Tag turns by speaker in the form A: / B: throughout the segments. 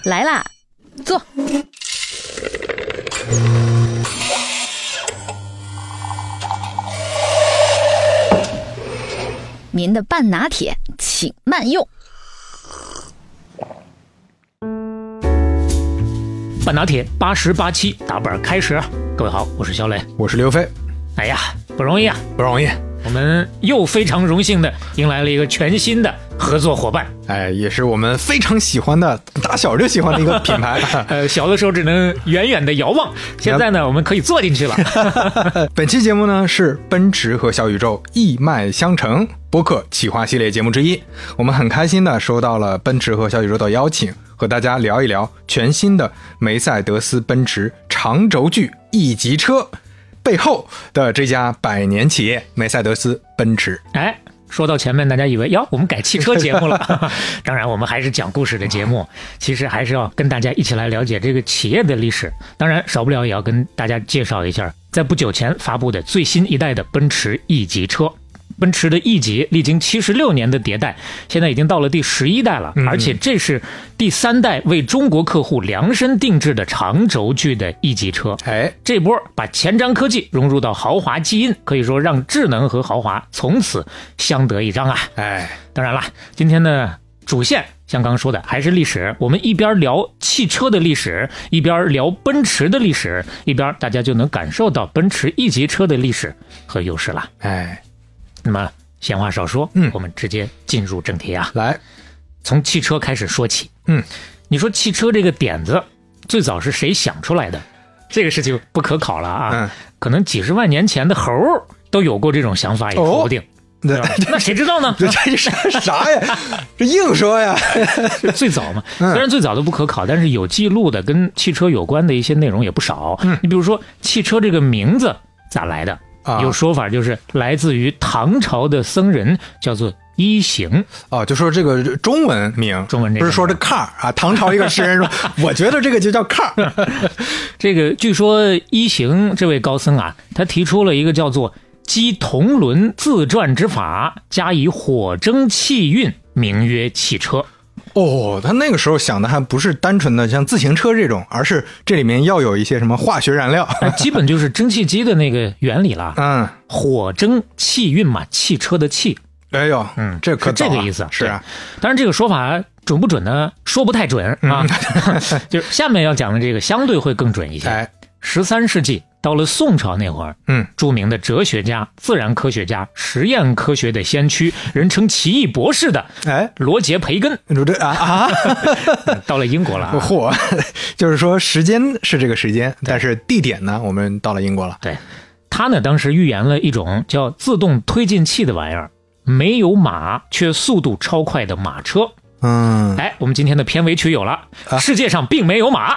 A: 来啦，坐。您的半拿铁，请慢用。
B: 半拿铁8087打板开始。各位好，我是小磊，
C: 我是刘飞。
B: 哎呀，不容易啊，
C: 不容易。
B: 我们又非常荣幸的迎来了一个全新的合作伙伴，
C: 也是我们非常喜欢的，打小就喜欢的一个品牌。
B: 小的时候只能远远的遥望，现在呢，我们可以坐进去了。
C: 本期节目呢是奔驰和小宇宙一脉相承播客企划系列节目之一，我们很开心的收到了奔驰和小宇宙的邀请，和大家聊一聊全新的梅赛德斯奔驰长轴距 E 级车背后的这家百年企业梅赛德斯奔驰。
B: 说到前面，大家以为我们改汽车节目了。当然我们还是讲故事的节目，其实还是要跟大家一起来了解这个企业的历史，当然少不了也要跟大家介绍一下在不久前发布的最新一代的奔驰 E 级车。奔驰的 E 级历经76年的迭代，现在已经到了第11代了，而且这是第3代为中国客户量身定制的长轴距的 E 级车。这波把前瞻科技融入到豪华基因，可以说让智能和豪华从此相得益彰啊。当然了，今天呢主线像刚刚说的还是历史，我们一边聊汽车的历史，一边聊奔驰的历史，一边大家就能感受到奔驰 E 级车的历史和优势了。那么闲话少说，我们直接进入正题啊。
C: 来，
B: 从汽车开始说起。你说汽车这个点子最早是谁想出来的？这个事情不可考了啊。可能几十万年前的猴都有过这种想法也说不定。那谁知道呢？
C: 这是啥呀？这硬说呀。
B: 最早嘛，虽然最早都不可考，但是有记录的跟汽车有关的一些内容也不少。你比如说汽车这个名字咋来的？有说法就是来自于唐朝的僧人，叫做一行。
C: 就说这个中文名，不是说这 car 啊。唐朝一个诗人说，我觉得这个就叫 car。
B: 这个据说一行这位高僧啊，他提出了一个叫做积铜轮自转之法，加以火蒸气运，名曰汽车。
C: 他那个时候想的还不是单纯的像自行车这种，而是这里面要有一些什么化学燃料。
B: 基本就是蒸汽机的那个原理了。火蒸气运嘛，汽车的气。
C: 这可
B: 这个意思。
C: 是啊，
B: 当然这个说法准不准呢？说不太准啊。就是下面要讲的这个相对会更准一些。13世纪到了宋朝那会儿，著名的哲学家、自然科学家、实验科学的先驱，人称奇异博士的罗杰·培根，到了英国了。
C: 就是说时间是这个时间，但是地点呢，我们到了英国了。
B: 对，他呢当时预言了一种叫自动推进器的玩意儿，没有马却速度超快的马车。我们今天的片尾曲有了。世界上并没有马。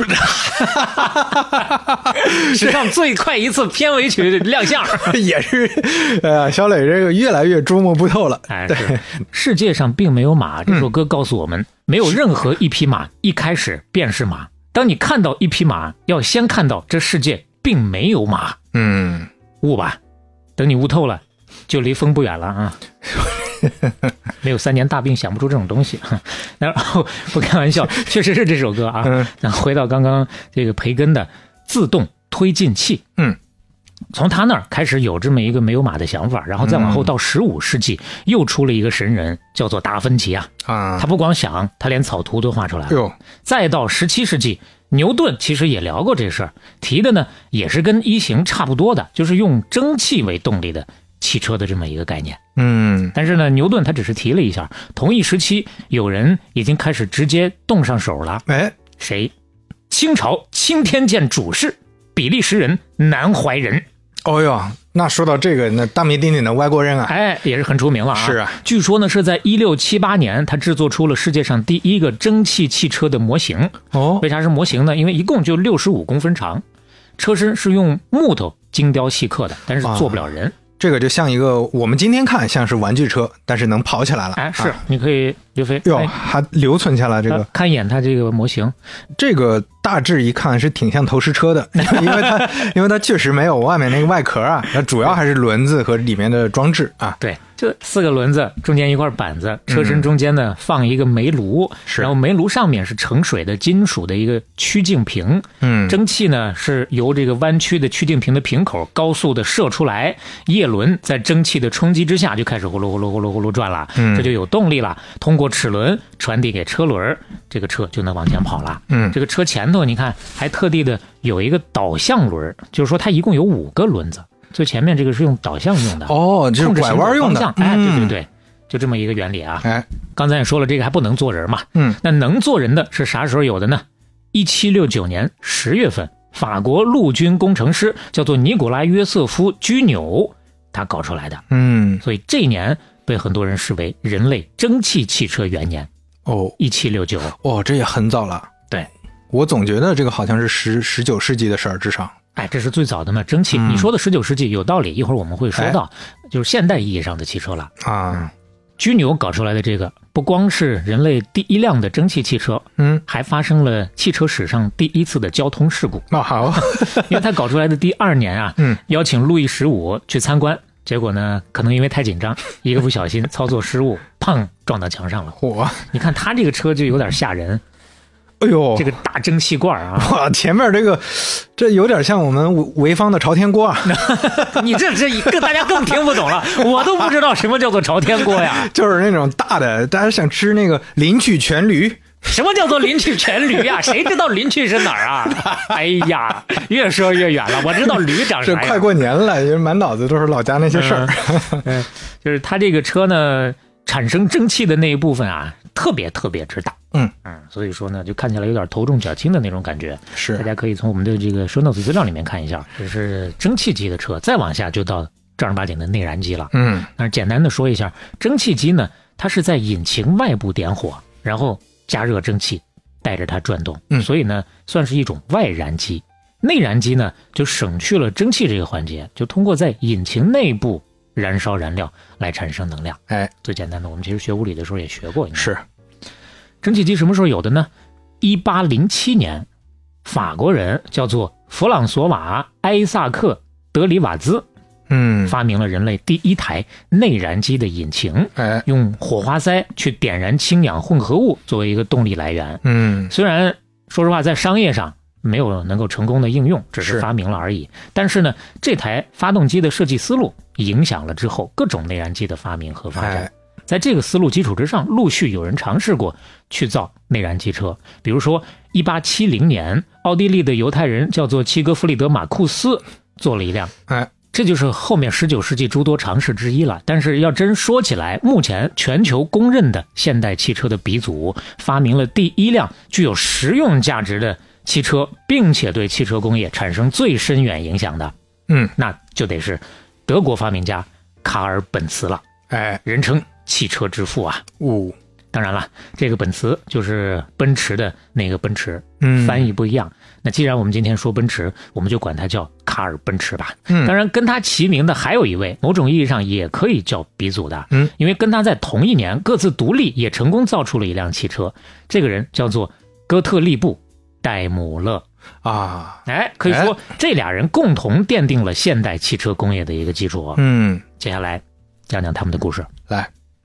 B: 史上最快一次片尾曲亮相。
C: 也是小磊这个越来越捉摸不透了。
B: 是世界上并没有马这首歌告诉我们，没有任何一匹马一开始便是马。当你看到一匹马，要先看到这世界并没有马。悟吧，等你悟透了，就离疯不远了啊。没有3年大病想不出这种东西。然后不开玩笑，确实是这首歌啊。那回到刚刚这个培根的自动推进器。从他那儿开始有这么一个没有马的想法，然后再往后到15世纪又出了一个神人，叫做达芬奇啊。他不光想，他连草图都画出来了。再到17世纪，牛顿其实也聊过这事儿，提的呢也是跟一行差不多的，就是用蒸汽为动力的汽车的这么一个概念。但是呢，牛顿他只是提了一下，同一时期有人已经开始直接动上手了。谁？清朝钦天监主事比利时人南怀仁。
C: 那说到这个，那大名鼎鼎的外国人啊，
B: 也是很出名了啊。
C: 是啊，
B: 据说呢是在1678年，他制作出了世界上第一个蒸汽汽车的模型。为啥是模型呢？因为一共就65公分长，车身是用木头精雕细刻的，但是做不了人。
C: 这个就像一个我们今天看像是玩具车，但是能跑起来了。
B: 是，你可以刘飞
C: 还留存下来这个。
B: 看一眼它这个模型，
C: 这个大致一看是挺像投石车的，因为它确实没有外面那个外壳啊，它主要还是轮子和里面的装置啊。
B: 对， 就4个轮子，中间一块板子，车身中间呢放一个煤炉，然后煤炉上面是盛水的金属的一个曲径瓶，蒸汽呢是由这个弯曲的曲径瓶的瓶口高速的射出来，叶轮在蒸汽的冲击之下就开始呼噜呼噜呼噜呼噜转了，这就有动力了，通过齿轮传递给车轮，这个车就能往前跑了。这个车前头你看还特地的有一个导向轮，就是说它一共有5个轮子，最前面这个是用导向用的
C: 就是拐弯用的。
B: 对对对，就这么一个原理啊。刚才也说了，这个还不能坐人嘛。那能坐人的是啥时候有的呢？1769年10月份，法国陆军工程师叫做尼古拉约瑟夫居纽，他搞出来的。所以这一年被很多人视为人类蒸汽汽车元年。1769。
C: 这也很早了。
B: 对，
C: 我总觉得这个好像是19世纪的事儿，至少。
B: 这是最早的嘛，蒸汽。你说的19世纪有道理，一会儿我们会说到，就是现代意义上的汽车了啊。居纽搞出来的这个不光是人类第一辆的蒸汽汽车，还发生了汽车史上第一次的交通事故。
C: 好，
B: 因为他搞出来的第2年啊，邀请路易15去参观，结果呢，可能因为太紧张，一个不小心操作失误，砰，撞到墙上了。你看他这个车就有点吓人。这个大蒸汽罐啊！
C: 前面这有点像我们潍坊的朝天锅啊！
B: 你这大家更听不懂了，我都不知道什么叫做朝天锅呀！
C: 就是那种大的，大家想吃那个林去全驴。
B: 什么叫做林去全驴呀？谁知道林去是哪儿啊？哎呀，越说越远了。我知道驴长啥样。
C: 这快过年了，因为满脑子都是老家那些事儿。
B: 就是他这个车呢，产生蒸汽的那一部分啊，特别特别之大。所以说呢，就看起来有点头重脚轻的那种感觉。
C: 是，
B: 大家可以从我们的这个 show notes 资料里面看一下，这是蒸汽机的车，再往下就到正儿八经的内燃机了。但是简单的说一下，蒸汽机呢，它是在引擎外部点火，然后加热蒸汽，带着它转动。所以呢，算是一种外燃机。内燃机呢，就省去了蒸汽这个环节，就通过在引擎内部燃烧燃料来产生能量。最简单的，我们其实学物理的时候也学过。
C: 是。
B: 蒸汽机什么时候有的呢？1807年，法国人叫做弗朗索瓦·埃萨克·德里瓦兹，发明了人类第一台内燃机的引擎，用火花塞去点燃氢氧混合物作为一个动力来源。虽然说实话在商业上没有能够成功的应用，只是发明了而已。但是呢，这台发动机的设计思路影响了之后各种内燃机的发明和发展。在这个思路基础之上，陆续有人尝试过去造内燃机车。比如说1870年，奥地利的犹太人叫做齐格弗里德·马库斯做了一辆，这就是后面19世纪诸多尝试之一了。但是要真说起来，目前全球公认的现代汽车的鼻祖，发明了第一辆具有实用价值的汽车，并且对汽车工业产生最深远影响的，那就得是德国发明家卡尔本茨了。人称汽车之父啊。当然了，这个本茨就是奔驰的那个奔驰，翻译不一样。那既然我们今天说奔驰，我们就管它叫卡尔奔驰吧。当然跟他齐名的还有一位，某种意义上也可以叫鼻祖的，因为跟他在同一年各自独立，也成功造出了一辆汽车。这个人叫做哥特利布·戴姆勒啊。可以说这俩人共同奠定了现代汽车工业的一个基础。接下来讲讲他们的故事。
C: 来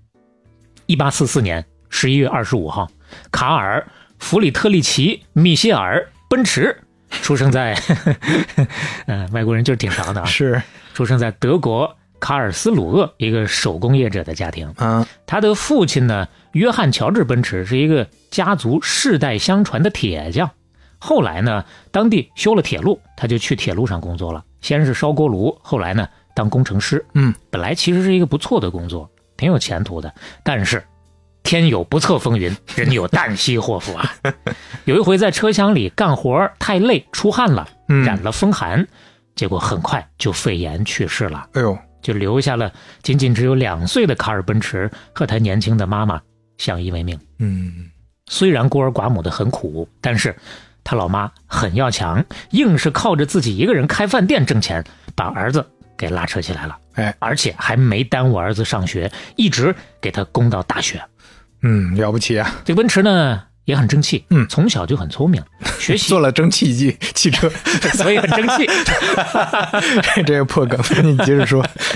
B: ，1844年11月25号，卡尔·弗里特里奇·米歇尔·奔驰出生在外国人就是挺长的啊，
C: 是
B: 出生在德国卡尔斯鲁厄一个手工业者的家庭。他的父亲呢，约翰·乔治·奔驰是一个家族世代相传的铁匠。后来呢，当地修了铁路，他就去铁路上工作了。先是烧锅炉，后来呢当工程师。本来其实是一个不错的工作，挺有前途的。但是天有不测风云，人有旦夕祸福啊。有一回在车厢里干活太累出汗了，染了风寒，结果很快就肺炎去世了。就留下了仅仅只有2岁的卡尔奔驰和他年轻的妈妈相依为命。虽然孤儿寡母的很苦，但是他老妈很要强，硬是靠着自己一个人开饭店挣钱，把儿子给拉扯起来了。而且还没耽误儿子上学，一直给他供到大学。
C: 了不起啊。
B: 这个奔驰呢也很争气，从小就很聪明，学习
C: 做了蒸汽车
B: 所以很争气。
C: 这个破梗你接着说。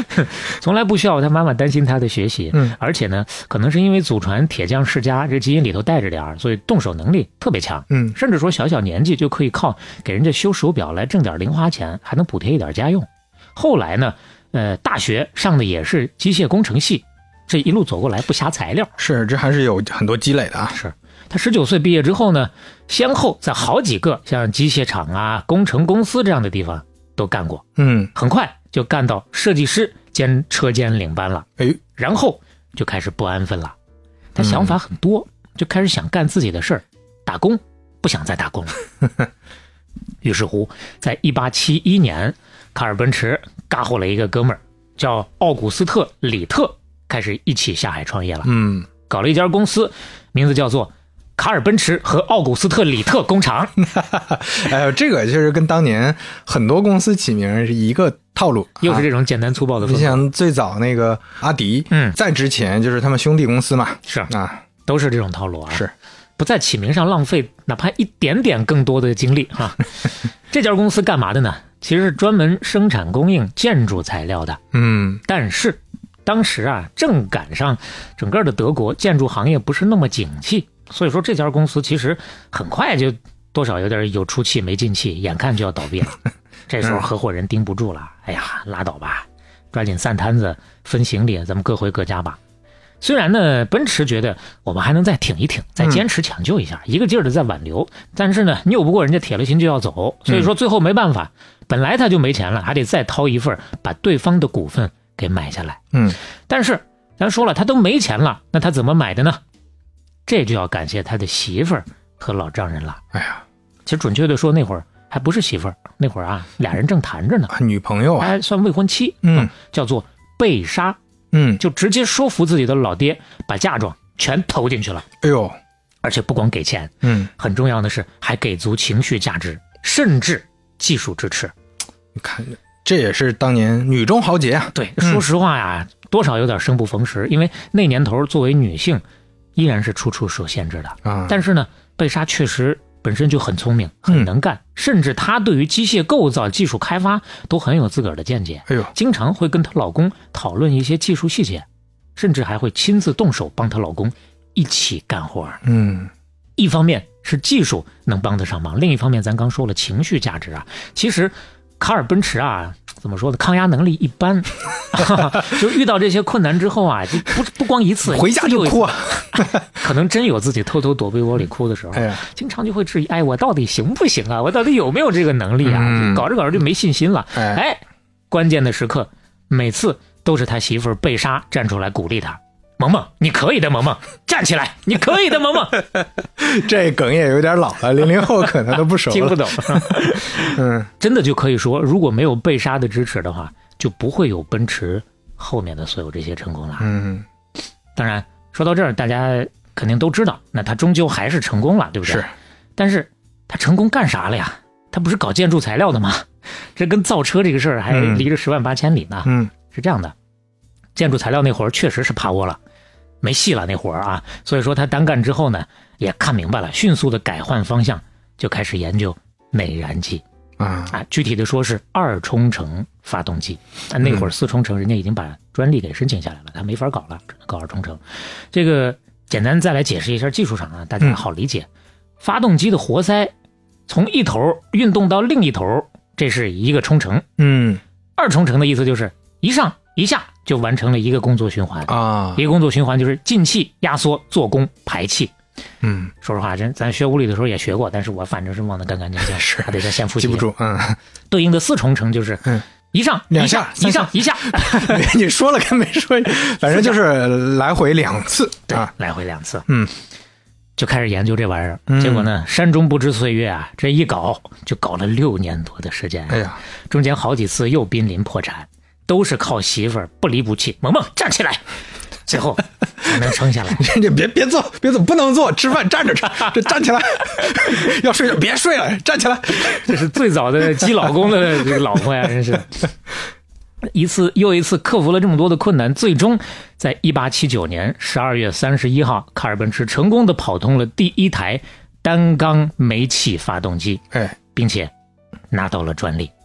B: 从来不需要他妈妈担心他的学习。而且呢，可能是因为祖传铁匠世家，这基因里头带着点儿，所以动手能力特别强。甚至说小年纪就可以靠给人家修手表来挣点零花钱，还能补贴一点家用。后来呢，大学上的也是机械工程系，这一路走过来不瞎材料。
C: 是，这还是有很多积累的啊。
B: 是。他19岁毕业之后呢，先后在好几个像机械厂啊、工程公司这样的地方都干过。很快就干到设计师兼车间领班了。然后就开始不安分了。他想法很多，就开始想干自己的事儿，打工不想再打工了。于是乎，在1871年，卡尔奔驰嘎伙了一个哥们儿叫奥古斯特·里特，开始一起下海创业了。搞了一家公司，名字叫做卡尔奔驰和奥古斯特·里特工厂。
C: 哎呦，这个就是跟当年很多公司起名是一个套路，
B: 又是这种简单粗暴的风格。
C: 你像最早那个阿迪，再之前就是他们兄弟公司嘛，
B: 是啊，都是这种套路啊。
C: 是，
B: 不在起名上浪费哪怕一点点更多的精力哈。这家公司干嘛的呢？其实是专门生产供应建筑材料的。但是当时啊，正赶上整个的德国建筑行业不是那么景气。所以说这家公司其实很快就多少有点有出气没进气，眼看就要倒闭了。这时候合伙人盯不住了，哎呀，拉倒吧，抓紧散摊子分行李，咱们各回各家吧。虽然呢，奔驰觉得我们还能再挺一挺，再坚持抢救一下，一个劲儿的在挽留，但是呢，拗不过人家铁了心就要走，所以说最后没办法，本来他就没钱了，还得再掏一份把对方的股份给买下来。但是咱说了，他都没钱了，那他怎么买的呢？这就要感谢他的媳妇儿和老丈人了。
C: 哎呀，
B: 其实准确的说，那会儿还不是媳妇儿，那会儿啊，俩人正谈着呢，
C: 女朋友啊，
B: 还算未婚妻。叫做贝莎。就直接说服自己的老爹，把嫁妆全投进去了。
C: 哎呦，
B: 而且不光给钱，很重要的是还给足情绪价值，甚至技术支持。
C: 你看，这也是当年女中豪杰啊。
B: 对，说实话呀，多少有点生不逢时，因为那年头作为女性依然是处处受限制的。但是呢，贝莎确实本身就很聪明，很能干，甚至她对于机械构造、技术开发都很有自个儿的见解。经常会跟她老公讨论一些技术细节，甚至还会亲自动手帮她老公一起干活。一方面是技术能帮得上忙，另一方面咱刚说了情绪价值啊，其实卡尔奔驰啊，怎么说呢？抗压能力一般，就遇到这些困难之后啊，就不光一次，
C: 回家就哭啊。
B: 可能真有自己偷偷躲被窝里哭的时候，经常就会质疑：哎，我到底行不行啊？我到底有没有这个能力啊？搞着搞着就没信心了。关键的时刻，每次都是他媳妇儿贝莎站出来鼓励他。萌萌，你可以的，萌萌，站起来，你可以的，萌萌。
C: 这梗也有点老了，00后可能都不熟了，
B: 听不懂。真的就可以说，如果没有贝莎的支持的话，就不会有奔驰后面的所有这些成功了。当然说到这儿，大家肯定都知道，那他终究还是成功了，对不对？
C: 是。
B: 但是他成功干啥了呀？他不是搞建筑材料的吗？这跟造车这个事儿还离着10万8千里呢。是这样的，建筑材料那会儿确实是趴窝了。没戏了那会儿啊，所以说他单干之后呢，也看明白了，迅速的改换方向，就开始研究内燃机具体的说是2冲程发动机。那会儿4冲程人家已经把专利给申请下来了，他没法搞了，只能搞2冲程。这个简单再来解释一下技术上啊，大家好理解。发动机的活塞从一头运动到另一头，这是一个冲程。2冲程的意思就是一上一下就完成了一个工作循环一个工作循环就是进气、压缩、做功、排气。说实话，咱学物理的时候也学过，但是我反正是忘得干干净净，还得再先复习。
C: 记不住。
B: 对应的4冲程就是一上
C: 2下，
B: 一上一下。
C: 你说了跟没说，反正就是来回2次。
B: 对，来回2次。就开始研究这玩意儿，结果呢，山中不知岁月啊，这一搞就搞了6年多的时间。
C: 哎呀，
B: 中间好几次又濒临破产。都是靠媳妇儿不离不弃，萌萌站起来，最后才能撑下来。
C: 这别坐，不能坐，吃饭站着吃，这站起来。要睡就别睡了，站起来。
B: 这是最早的鸡老公的这个老婆呀，真是。一次又一次克服了这么多的困难，最终在1879年12月31号，卡尔奔驰成功的跑通了第1台单缸煤气发动机，并且拿到了专利。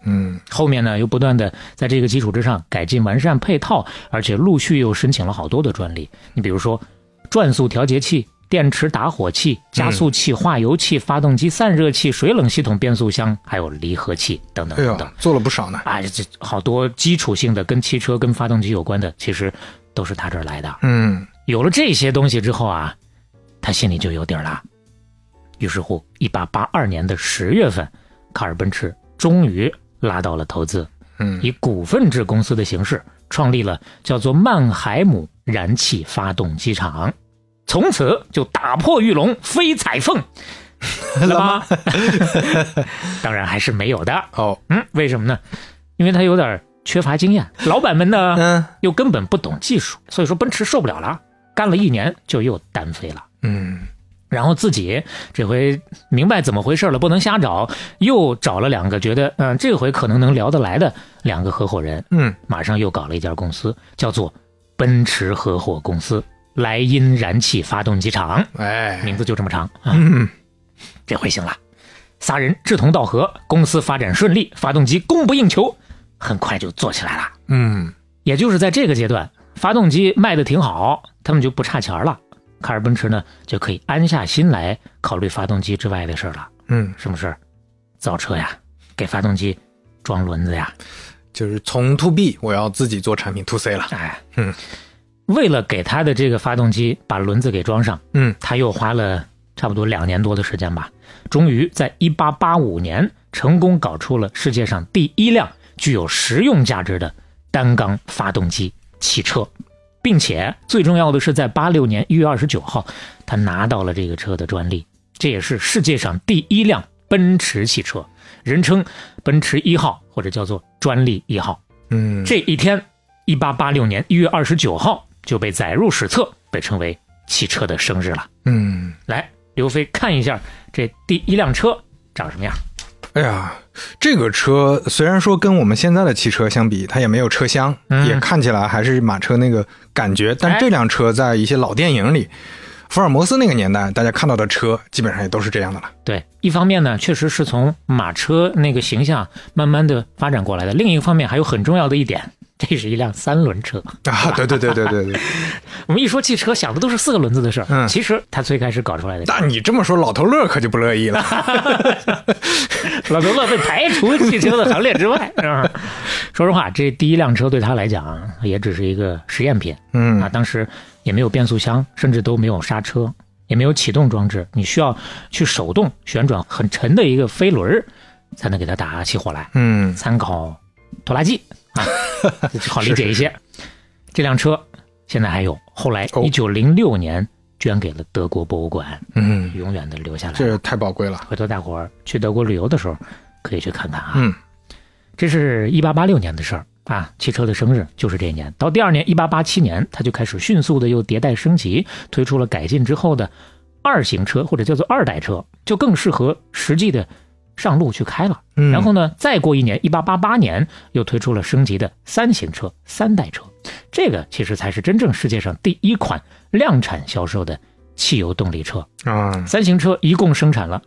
B: 后面呢又不断的在这个基础之上改进完善配套，而且陆续又申请了好多的专利。你比如说转速调节器、电池打火器、加速器、化油器、发动机散热器、水冷系统、变速箱，还有离合器等等等等，
C: 做了不少呢。
B: 这好多基础性的跟汽车跟发动机有关的，其实都是他这儿来的。有了这些东西之后啊，他心里就有底儿了。于是乎1882年的10月份，卡尔奔驰终于拉到了投资，以股份制公司的形式创立了叫做曼海姆燃气发动机厂，从此就打破玉龙飞彩凤了吗？当然还是没有的。为什么呢？因为他有点缺乏经验，老板们呢又根本不懂技术，所以说奔驰受不了了，干了1年就又单飞了。然后自己这回明白怎么回事了，不能瞎找，又找了2个觉得这回可能能聊得来的2个合伙人，马上又搞了一家公司，叫做奔驰合伙公司莱茵燃气发动机厂，名字就这么长啊。这回行了，3人志同道合，公司发展顺利，发动机供不应求，很快就做起来了。也就是在这个阶段，发动机卖得挺好，他们就不差钱了。卡尔奔驰呢就可以安下心来考虑发动机之外的事了。什么事？造车呀，给发动机装轮子呀，
C: 就是从 to B 我要自己做产品 to C 了。
B: 为了给他的这个发动机把轮子给装上，他又花了差不多2年多的时间吧，终于在1885年成功搞出了世界上第1辆具有实用价值的单缸发动机汽车，并且最重要的是在86年1月29号他拿到了这个车的专利，这也是世界上第1辆奔驰汽车，人称奔驰1号或者叫做专利1号。这一天1886年1月29号就被载入史册，被称为汽车的生日了。来，刘飞看一下这第1辆车长什么样。
C: 这个车虽然说跟我们现在的汽车相比，它也没有车厢，也看起来还是马车那个感觉，但这辆车在一些老电影里，福尔摩斯那个年代大家看到的车基本上也都是这样的了。
B: 对，一方面呢确实是从马车那个形象慢慢的发展过来的，另一个方面还有很重要的一点，这是一辆3轮车
C: 啊！对，
B: 我们一说汽车想的都是4个轮子的事儿，其实他最开始搞出来的。
C: 但你这么说，老头乐可就不乐意了。
B: 老头乐被排除汽车的行列之外。说实话，这第1辆车对他来讲也只是一个实验品。当时也没有变速箱，甚至都没有刹车，也没有启动装置，你需要去手动旋转很沉的一个飞轮才能给它打起火来。参考拖拉机好理解一些。这辆车现在还有，后来1906年捐给了德国博物馆，永远的留下来了。
C: 这太宝贵了，
B: 回头大伙儿去德国旅游的时候可以去看看啊。这是1886年的事儿啊，汽车的生日就是这一年。到第2年1887年，它就开始迅速的又迭代升级，推出了改进之后的2型车或者叫做2代车，就更适合实际的上路去开了。然后呢，再过1年1888年又推出了升级的3型车3代车，这个其实才是真正世界上第1款量产销售的汽油动力车。3型车一共生产了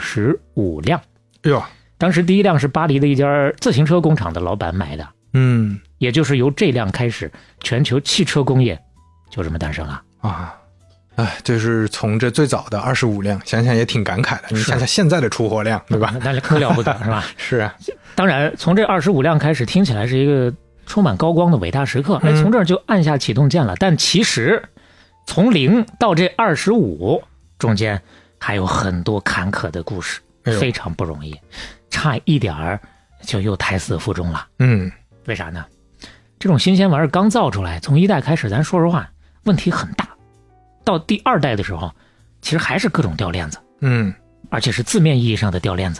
B: 25辆。当时第1辆是巴黎的一家自行车工厂的老板买的。也就是由这辆开始，全球汽车工业就这么诞生了啊！
C: 就是从这最早的25辆，想想也挺感慨的。你想想现在的出货量，对吧？
B: 那可了不得，是吧？
C: 是啊。
B: 当然，从这25辆开始，听起来是一个充满高光的伟大时刻。从这儿就按下启动键了。但其实，从0到这25中间还有很多坎坷的故事，非常不容易，差一点儿就又胎死腹中了。为啥呢？这种新鲜玩意儿刚造出来，从1代开始，咱说实话，问题很大。到第2代的时候，其实还是各种掉链子，而且是字面意义上的掉链子，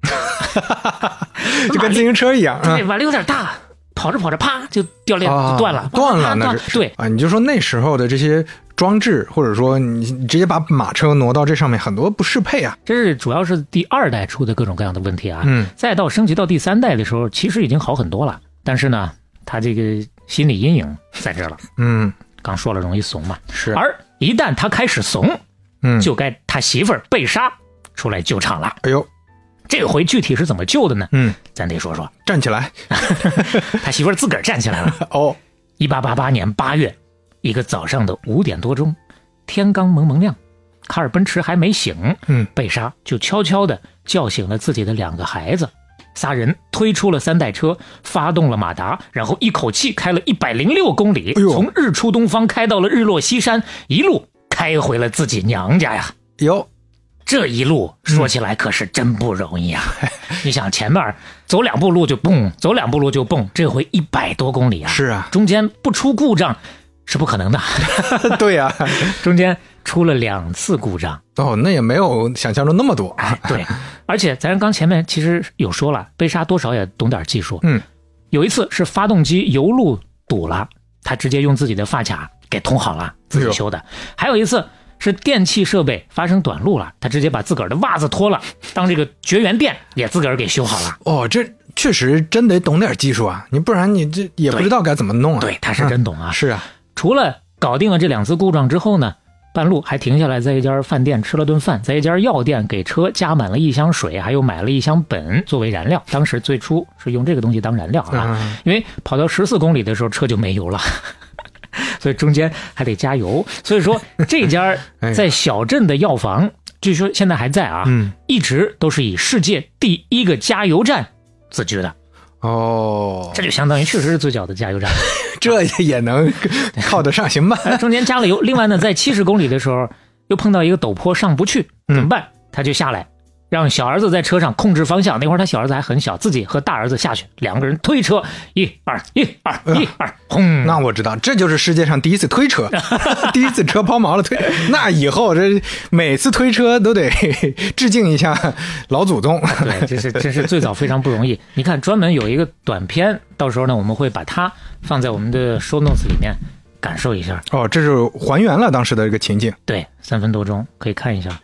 C: 就跟自行车一样，
B: 对，马力有点大，跑着跑着，啪就掉链子，就断了，
C: 那是
B: 对
C: 啊，你就说那时候的这些装置，或者说你直接把马车挪到这上面，很多不适配啊。
B: 这是主要是第2代出的各种各样的问题啊。再到升级到第3代的时候，其实已经好很多了，但是呢，他这个心理阴影在这了。刚说了容易怂嘛，
C: 是。
B: 而一旦他开始怂，就该他媳妇儿被杀出来救场了。 这回具体是怎么救的呢？咱得说说。
C: 站起来，
B: 他媳妇儿自个儿站起来了。
C: 哦
B: ，1888年8月，一个早上的5点多钟，天刚蒙蒙亮，卡尔奔驰还没醒，贝莎就悄悄地叫醒了自己的2个孩子。仨人推出了3代车，发动了马达，然后一口气开了106公里，从日出东方开到了日落西山，一路开回了自己娘家呀。
C: 哟，
B: 这一路说起来可是真不容易啊！你想前面走2步路就蹦，走2步路就蹦，这回100多公里啊！
C: 是啊，
B: 中间不出故障是不可能的。
C: 对呀，
B: 中间出了2次故障。
C: 哦，那也没有想象中那么多。
B: 对，而且咱刚前面其实有说了，贝莎多少也懂点技术。有一次是发动机油路堵了，他直接用自己的发卡给通好了，自己修的。还有一次是电器设备发生短路了，他直接把自个儿的袜子脱了，当这个绝缘电也自个儿给修好了。
C: 哦，这确实真得懂点技术啊，你不然你这也不知道该怎么弄啊。
B: 对，他是真懂啊。
C: 是啊，
B: 除了搞定了这2次故障之后呢，半路还停下来在一家饭店吃了顿饭，在一家药店给车加满了1箱水，还有买了1箱苯作为燃料。当时最初是用这个东西当燃料啊，因为跑到14公里的时候车就没油了。所以中间还得加油，所以说这家在小镇的药房，据说现在还在啊，一直都是以世界第1个加油站自居的。
C: 哦，
B: 这就相当于确实是最小的加油站。
C: 这也能靠得上行吧？
B: 中间加了油。另外呢，在70公里的时候又碰到一个陡坡上不去，怎么办？他就下来让小儿子在车上控制方向。那会儿他小儿子还很小，自己和大儿子下去，2个人推车，1、2、1、2、1、2，轰！
C: 那我知道，这就是世界上第一次推车，第一次车抛锚了推。那以后这每次推车都得致敬一下老祖宗。
B: 对，这是最早非常不容易。你看，专门有一个短片，到时候呢我们会把它放在我们的 show notes 里面，感受一下。
C: 哦，这是还原了当时的这个情境。
B: 对，3分多钟可以看一下。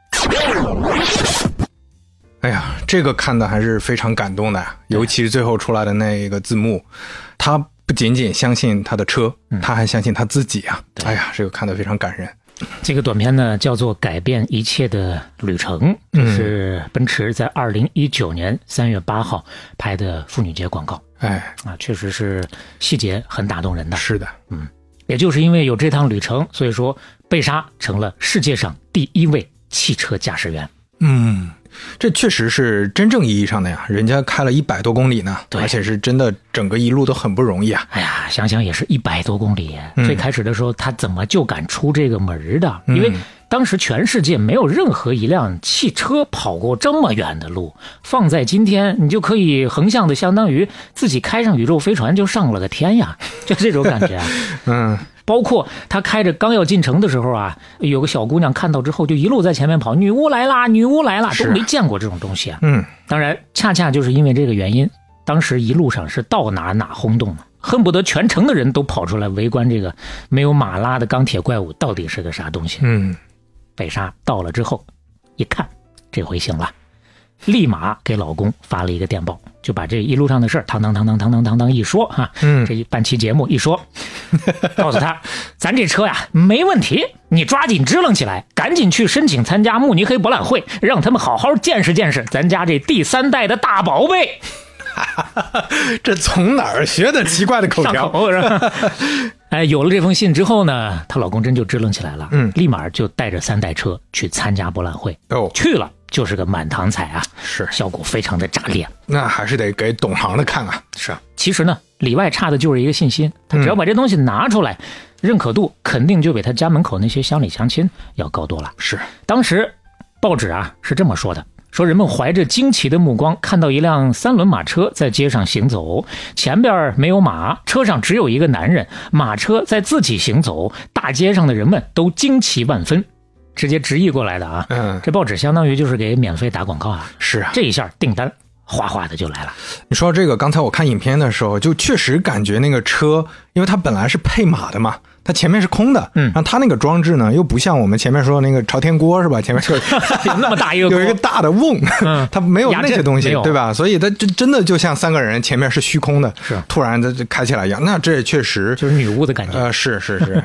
C: 哎呀，这个看的还是非常感动的，尤其是最后出来的那个字幕，他不仅仅相信他的车，他还相信他自己啊！哎呀，这个看得非常感人。
B: 这个短片呢叫做《改变一切的旅程》，这是奔驰在2019年3月8号拍的妇女节广告。
C: 哎
B: 啊，确实是细节很打动人的。
C: 是的，
B: 也就是因为有这趟旅程，所以说贝莎成了世界上第1位汽车驾驶员。
C: 这确实是真正意义上的呀，人家开了100多公里呢，而且是真的整个一路都很不容易啊。
B: 哎呀，想想也是100多公里。最开始的时候他怎么就敢出这个门的？因为当时全世界没有任何一辆汽车跑过这么远的路，放在今天你就可以横向的相当于自己开上宇宙飞船就上了个天呀，就这种感觉啊。包括他开着刚要进城的时候啊，有个小姑娘看到之后就一路在前面跑，女巫来啦，女巫来啦，都没见过这种东西啊。当然恰恰就是因为这个原因，当时一路上是到哪轰动了，恨不得全城的人都跑出来围观这个没有马拉的钢铁怪物到底是个啥东西。贝莎到了之后一看，这回行了，立马给老公发了一个电报，就把这一路上的事儿当一说哈。这一半期节目一说，告诉他咱这车呀没问题，你抓紧支棱起来，赶紧去申请参加慕尼黑博览会，让他们好好见识见识咱家这第3代的大宝贝。
C: 这从哪儿学的奇怪的口条？
B: 哎，有了这封信之后呢，她老公真就支棱起来了，立马就带着3代车去参加博览会。去了就是个满堂彩啊，
C: 是
B: 效果非常的炸裂。
C: 那还是得给懂行的看啊。
B: 是，其实呢，里外差的就是一个信心，他只要把这东西拿出来，认可度肯定就比他家门口那些乡里乡亲要高多了。
C: 是，
B: 当时报纸啊是这么说的。说人们怀着惊奇的目光看到一辆3轮马车在街上行走，前边没有马，车上只有一个男人，马车在自己行走，大街上的人们都惊奇万分。直接直译过来的啊，这报纸相当于就是给免费打广告啊。
C: 是啊，
B: 这一下订单哗哗的就来了。
C: 你说这个，刚才我看影片的时候就确实感觉那个车，因为它本来是配马的嘛，它前面是空的，然后它那个装置呢又不像我们前面说的那个朝天锅是吧，前面是
B: 有那么大一个锅
C: 有一个大的瓮，它没有那些东西对吧，所以它真的就像3个人前面是虚空的，
B: 是突
C: 然的开起来一样，那这确实
B: 就是女巫的感觉。
C: 是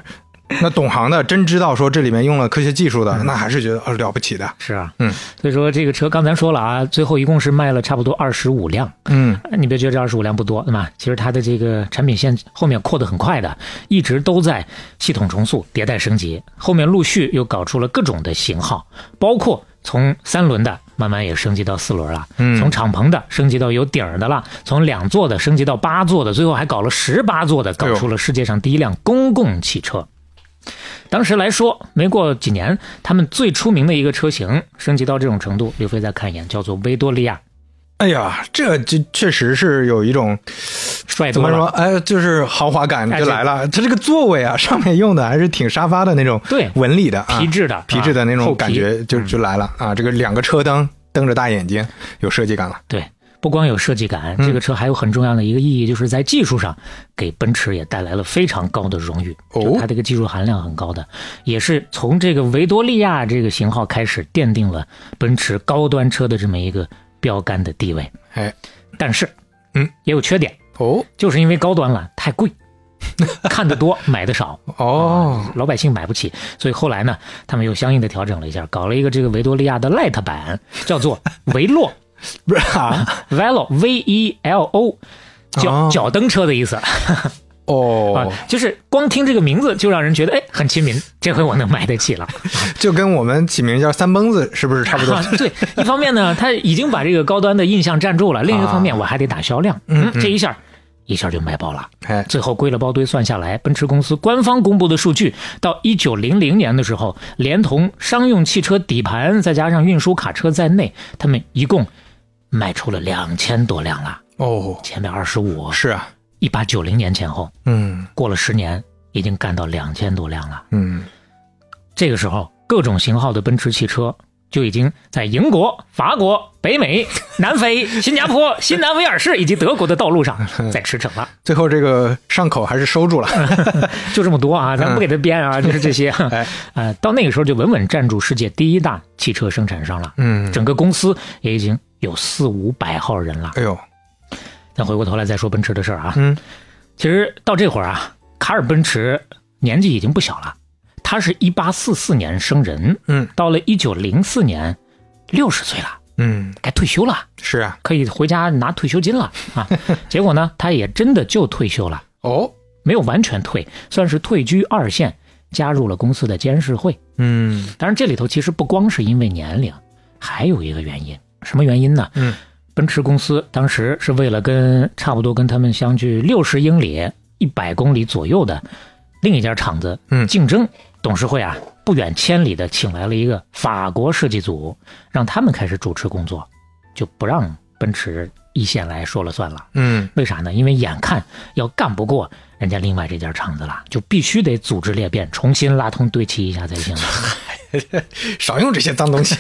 C: 那懂行的真知道说这里面用了科学技术的，那还是觉得了不起的。
B: 是啊，所以说这个车刚才说了啊，最后一共是卖了差不多25辆。你别觉得这25辆不多，对吧？其实它的这个产品线后面扩得很快的，一直都在系统重塑、迭代升级，后面陆续又搞出了各种的型号，包括从3轮的慢慢也升级到4轮了，从敞篷的升级到有顶的了，从2座的升级到8座的，最后还搞了18座的，搞出了世界上第一辆公共汽车。当时来说，没过几年，他们最出名的一个车型升级到这种程度，刘飞再看一眼，叫做维多利亚。
C: 哎呀，这确实是有一种
B: 帅多了，
C: 怎么说？哎，就是豪华感就来了。它这个座位啊，上面用的还是挺沙发的那种纹理的，
B: 皮质的，
C: 皮质的那种感觉就来了啊！这个2个车灯瞪着大眼睛，有设计感了。
B: 对。不光有设计感，这个车还有很重要的一个意义，就是在技术上给奔驰也带来了非常高的荣誉。它这个技术含量很高的，也是从这个维多利亚这个型号开始奠定了奔驰高端车的这么一个标杆的地位。但是也有缺点就是因为高端了太贵，看得多买得少老百姓买不起，所以后来呢他们又相应的调整了一下，搞了一个这个维多利亚的 Light 版，叫做维洛
C: 不是啊
B: ，Velo V-E-L-O， 脚蹬车的意思。就是光听这个名字就让人觉得很亲民，这回我能买得起了。
C: 就跟我们起名叫三蹦子是不是差不多？
B: 对，一方面呢，它已经把这个高端的印象占住了，另一个方面我还得打销量。这一下就卖爆了。最后归了包堆算下来，奔驰公司官方公布的数据，到1900年的时候，连同商用汽车底盘再加上运输卡车在内，他们一共卖出了2000多辆了。前面25
C: 是啊
B: ，1890年前后，过了10年，已经干到2000多辆了。这个时候，各种型号的奔驰汽车就已经在英国、法国、北美、南非、新加坡、新南威尔士以及德国的道路上在驰骋了。
C: 最后这个上口还是收住了，
B: 就这么多啊，咱不给他编啊，就是这些。到那个时候就稳稳站住世界第一大汽车生产商了。整个公司也已经有400-500号人了。咱回过头来再说奔驰的事儿啊。其实到这会儿啊，卡尔奔驰年纪已经不小了。他是1844年生人，到了1904年60岁了，该退休了。
C: 是啊，
B: 可以回家拿退休金了啊。结果呢，他也真的就退休了。没有完全退，算是退居2线，加入了公司的监事会。当然这里头其实不光是因为年龄，还有一个原因。什么原因呢？奔驰公司当时是为了差不多跟他们相距60英里、100公里左右的另一家厂子竞争。董事会啊，不远千里的请来了一个法国设计组，让他们开始主持工作，就不让奔驰一线来说了算了。为啥呢？因为眼看要干不过人家另外这家厂子了，就必须得组织裂变，重新拉通对齐一下才行。
C: 少用这些脏东西。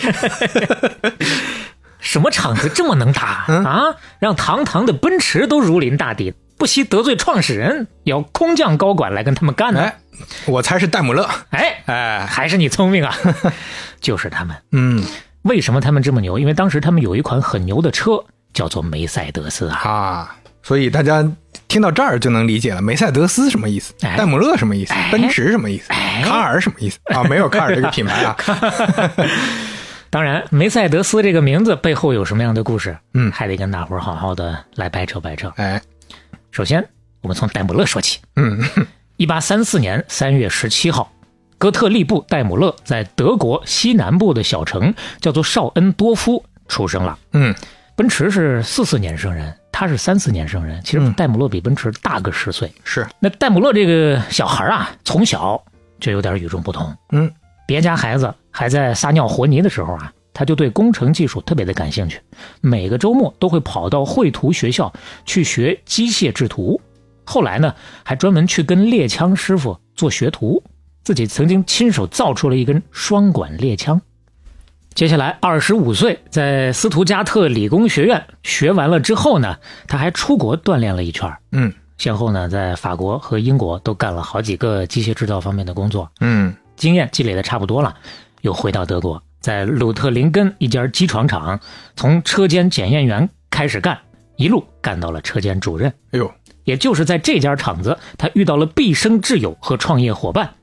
B: 什么厂子这么能打啊？让堂堂的奔驰都如临大敌，不惜得罪创始人，要空降高管来跟他们干呢。
C: 我猜是戴姆勒。
B: 还是你聪明啊。就是他们。为什么他们这么牛？因为当时他们有一款很牛的车叫做梅赛德斯
C: 所以大家听到这儿就能理解了，梅赛德斯什么意思，戴姆勒什么意思，奔驰什么意思，卡尔什么意思啊？没有卡尔这个品牌啊。
B: 当然梅赛德斯这个名字背后有什么样的故事，还得跟大伙儿好好的来掰扯掰扯。首先我们从戴姆勒说起。1834年3月17号，哥特利布戴姆勒在德国西南部的小城叫做绍恩多夫出生了。奔驰是44年生人，他是34年生人，其实戴姆勒比奔驰大个10岁。
C: 是。
B: 那戴姆勒这个小孩啊，从小就有点与众不同。别家孩子还在撒尿和泥的时候啊，他就对工程技术特别的感兴趣，每个周末都会跑到绘图学校去学机械制图。后来呢，还专门去跟猎枪师傅做学徒，自己曾经亲手造出了一根双管猎枪。接下来25岁在斯图加特理工学院学完了之后呢，他还出国锻炼了一圈。先后呢在法国和英国都干了好几个机械制造方面的工作。经验积累的差不多了，又回到德国，在鲁特林根一家机床厂从车间检验员开始干，一路干到了车间主任。也就是在这家厂子，他遇到了毕生挚友和创业伙伴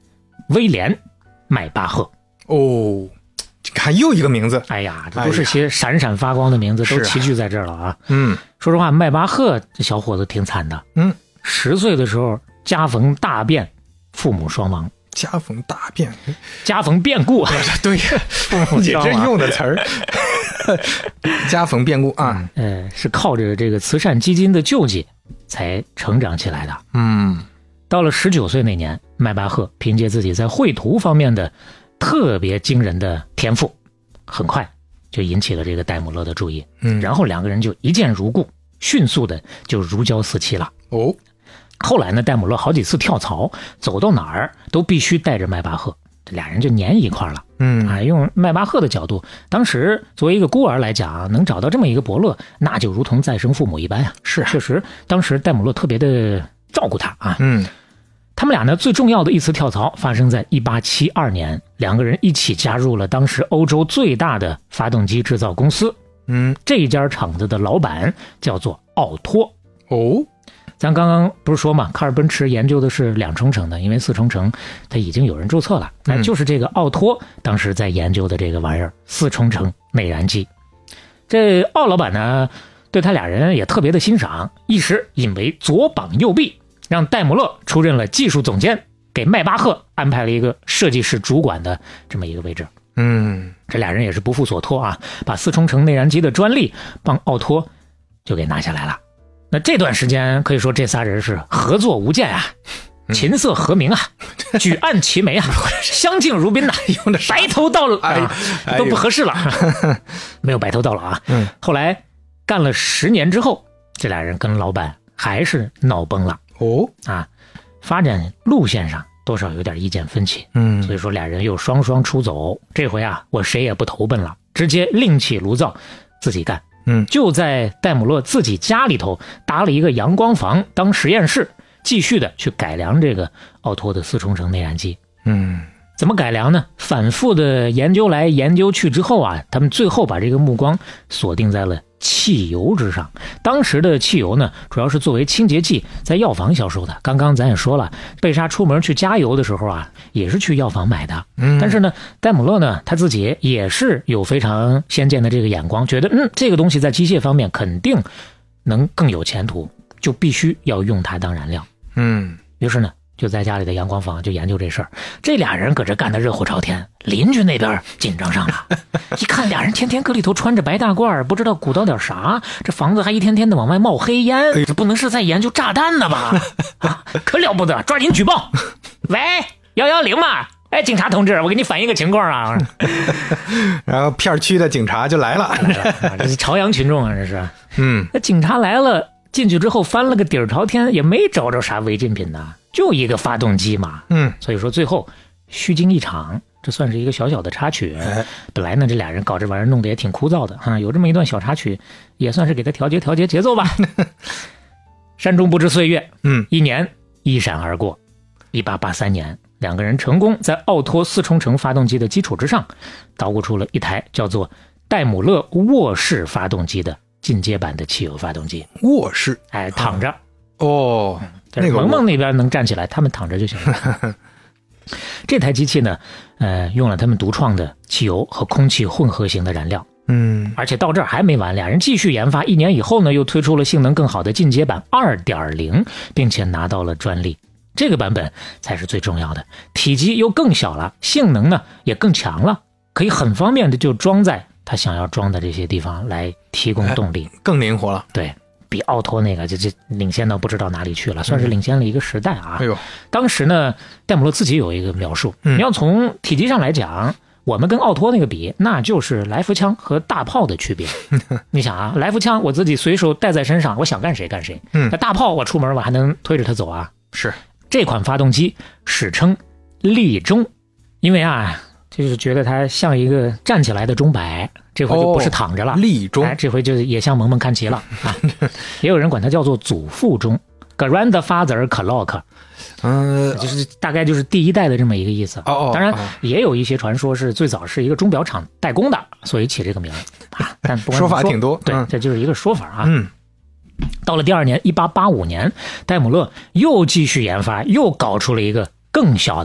B: 威廉·迈巴赫。
C: 哦，看又一个名字，
B: 哎呀，这都是些闪闪发光的名字，都齐聚在这儿了啊。说实话，迈巴赫这小伙子挺惨的。10岁的时候家逢大变，父母双亡。
C: 家逢大变，
B: 家逢变故，
C: 对，你这用的词儿，家逢变故啊，
B: 是靠着这个慈善基金的救济才成长起来的。到了19岁那年，迈巴赫凭借自己在绘图方面的特别惊人的天赋，很快就引起了这个戴姆勒的注意。然后两个人就一见如故，迅速的就如胶似漆了。后来呢，戴姆勒好几次跳槽，走到哪儿都必须带着迈巴赫，这俩人就粘一块了。用迈巴赫的角度，当时作为一个孤儿来讲，能找到这么一个伯乐，那就如同再生父母一般啊。
C: 是，
B: 确实，当时戴姆勒特别的照顾他啊。他们俩呢，最重要的一次跳槽发生在1872年，两个人一起加入了当时欧洲最大的发动机制造公司。这一家厂子的老板叫做奥托。咱刚刚不是说嘛，卡尔奔驰研究的是2冲程的，因为4冲程它已经有人注册了，那就是这个奥托当时在研究的这个玩意儿，4冲程内燃机。这奥老板呢，对他俩人也特别的欣赏，一时引为左膀右臂，让戴姆勒出任了技术总监，给迈巴赫安排了一个设计室主管的这么一个位置。这俩人也是不负所托啊，把4冲程内燃机的专利帮奥托就给拿下来了。那这段时间可以说这仨人是合作无间啊，琴瑟和鸣啊，举案齐眉啊，相敬如宾呐，白头到老都不合适了，没有白头到老啊。后来干了10年之后，这俩人跟老板还是闹崩了。发展路线上多少有点意见分歧。所以说俩人又双双出走。这回啊，我谁也不投奔了，直接另起炉灶，自己干。就在戴姆勒自己家里头搭了一个阳光房当实验室，继续的去改良这个奥托的4冲程内燃机。怎么改良呢？反复的研究来研究去之后啊，他们最后把这个目光锁定在了汽油之上。当时的汽油呢，主要是作为清洁剂在药房销售的。刚刚咱也说了，贝莎出门去加油的时候啊，也是去药房买的。但是呢，戴姆勒呢，他自己也是有非常先见的这个眼光，觉得这个东西在机械方面肯定能更有前途，就必须要用它当燃料。于是呢，就在家里的阳光房就研究这事儿。这俩人搁这干得热火朝天，邻居那边紧张上了。一看俩人天天搁里头穿着白大褂，不知道鼓捣点啥，这房子还一天天的往外冒黑烟，这不能是在研究炸弹呢吧？可了不得，抓紧举报。喂，110嘛，警察同志，我给你反映个情况啊。
C: 然后片区的警察就来了。
B: 这是朝阳群众啊，这是。那警察来了，进去之后翻了个底儿朝天，也没找着啥违禁品呢，就一个发动机嘛。所以说最后虚惊一场，这算是一个小小的插曲。本来呢，这俩人搞这玩意儿弄得也挺枯燥的啊，有这么一段小插曲，也算是给他调节节奏吧。山中不知岁月，1年一闪而过。1883年，两个人成功在奥托4冲程发动机的基础之上，捣鼓出了一台叫做戴姆勒卧式发动机的进阶版的汽油发动机。
C: 卧式，
B: 躺着。
C: 那个
B: 萌萌那边能站起来，他们躺着就行了。这台机器呢，用了他们独创的汽油和空气混合型的燃料。而且到这儿还没完，俩人继续研发，1年以后呢，又推出了性能更好的进阶版 2.0， 并且拿到了专利。这个版本才是最重要的，体积又更小了，性能呢也更强了，可以很方便的就装在他想要装的这些地方来提供动力，
C: 更灵活了。
B: 对，比奥托那个这领先到不知道哪里去了，算是领先了一个时代啊。当时呢，戴姆勒自己有一个描述，你要从体积上来讲，我们跟奥托那个比，那就是来福枪和大炮的区别。你想啊，来福枪我自己随手带在身上，我想干谁干谁。那大炮我出门我还能推着它走啊。
C: 是。
B: 这款发动机史称立钟，因为啊，就是觉得它像一个站起来的钟摆，这回就不是躺着了。
C: 立钟，
B: 这回就也向萌萌看齐了啊。也有人管它叫做祖父钟 ，Grandfather Clock，就是大概就是第1代的这么一个意思。当然也有一些传说是最早是一个钟表厂代工的，所以起这个名啊。但不管
C: 说法挺多，
B: 对，这就是一个说法啊。到了第2年，1885年，戴姆勒又继续研发，又搞出了一个更小的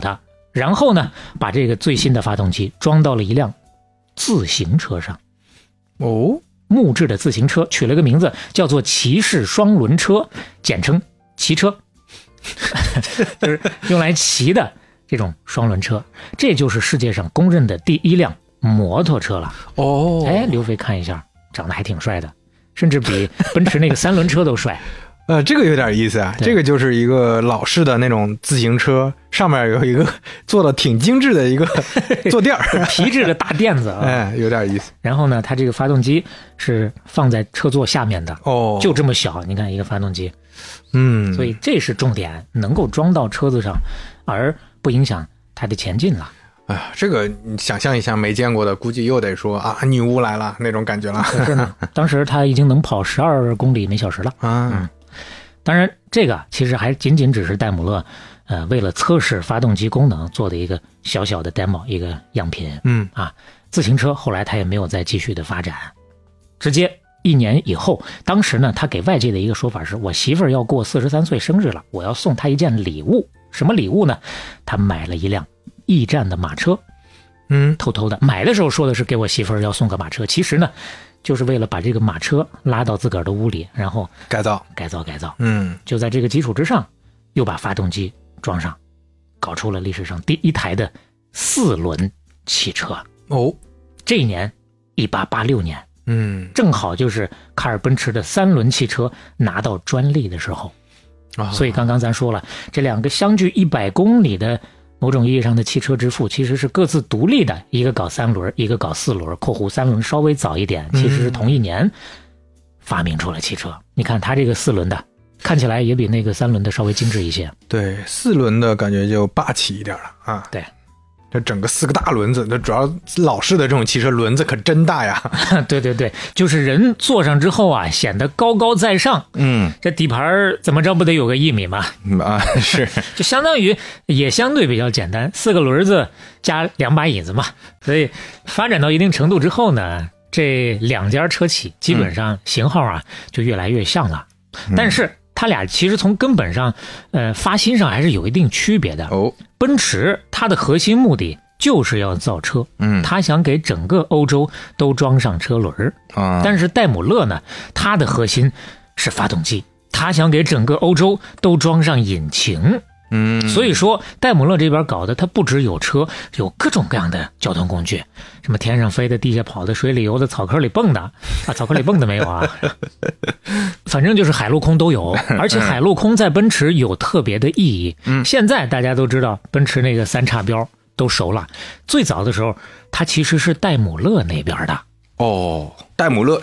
B: 然后呢，把这个最新的发动机装到了一辆自行车上。
C: 哦，
B: 木质的自行车，取了个名字叫做骑士双轮车，简称骑车，就是用来骑的这种双轮车。这就是世界上公认的第一辆摩托车了。
C: 哦，
B: 哎，刘飞看一下，长得还挺帅的，甚至比奔驰那个三轮车都帅。
C: 这个有点意思啊，这个就是一个老式的那种自行车，上面有一个做的挺精致的一个坐垫儿，
B: 皮质的大垫子啊，
C: 哎，有点意思。
B: 然后呢，它这个发动机是放在车座下面的，
C: 哦，
B: 就这么小，你看一个发动机，
C: 所
B: 以这是重点，能够装到车子上，而不影响它的前进了。
C: 哎，这个你想象一下，没见过的估计又得说啊，女巫来了那种感觉了。
B: 可是呢，当时它已经能跑12公里每小时了
C: 啊。
B: 当然，这个其实还仅仅只是戴姆勒，为了测试发动机功能做的一个小小的 demo， 一个样品。自行车后来他也没有再继续的发展，直接1年以后，当时呢，他给外界的一个说法是，我媳妇儿要过43岁生日了，我要送她一件礼物。什么礼物呢？他买了一辆驿站的马车。偷偷的买的时候说的是给我媳妇儿要送个马车，其实呢，就是为了把这个马车拉到自个儿的屋里，然后改造。就在这个基础之上，又把发动机装上，搞出了历史上第一台的4轮汽车。这一年1886年，正好就是卡尔奔驰的3轮汽车拿到专利的时候。所以刚刚咱说了，这两个相距100公里的某种意义上的汽车之父，其实是各自独立的，一个搞3轮，一个搞4轮，3轮稍微早一点，其实是同一年发明出了汽车。你看他这个4轮的，看起来也比那个3轮的稍微精致一些。
C: 对，4轮的感觉就霸气一点了啊。
B: 对，
C: 这整个4个大轮子，这主要老式的这种汽车轮子可真大呀。
B: 对对对，就是人坐上之后啊，显得高高在上。这底盘怎么着不得有个1米嘛？
C: 是，
B: 就相当于也相对比较简单，4个轮子加2把椅子嘛。所以发展到一定程度之后呢，这2家车企基本上型号啊就越来越像了。但是它俩其实从根本上，发心上还是有一定区别的。奔驰它的核心目的就是要造车，他想给整个欧洲都装上车轮。但是戴姆勒呢，它的核心是发动机，他想给整个欧洲都装上引擎。所以说戴姆勒这边搞的，它不只有车，有各种各样的交通工具，什么天上飞的、地下跑的、水里游的、草坑里蹦的草坑里蹦的没有啊？反正就是海陆空都有，而且海陆空在奔驰有特别的意义。现在大家都知道奔驰那个3叉标都熟了，最早的时候它其实是戴姆勒那边的。
C: 戴姆勒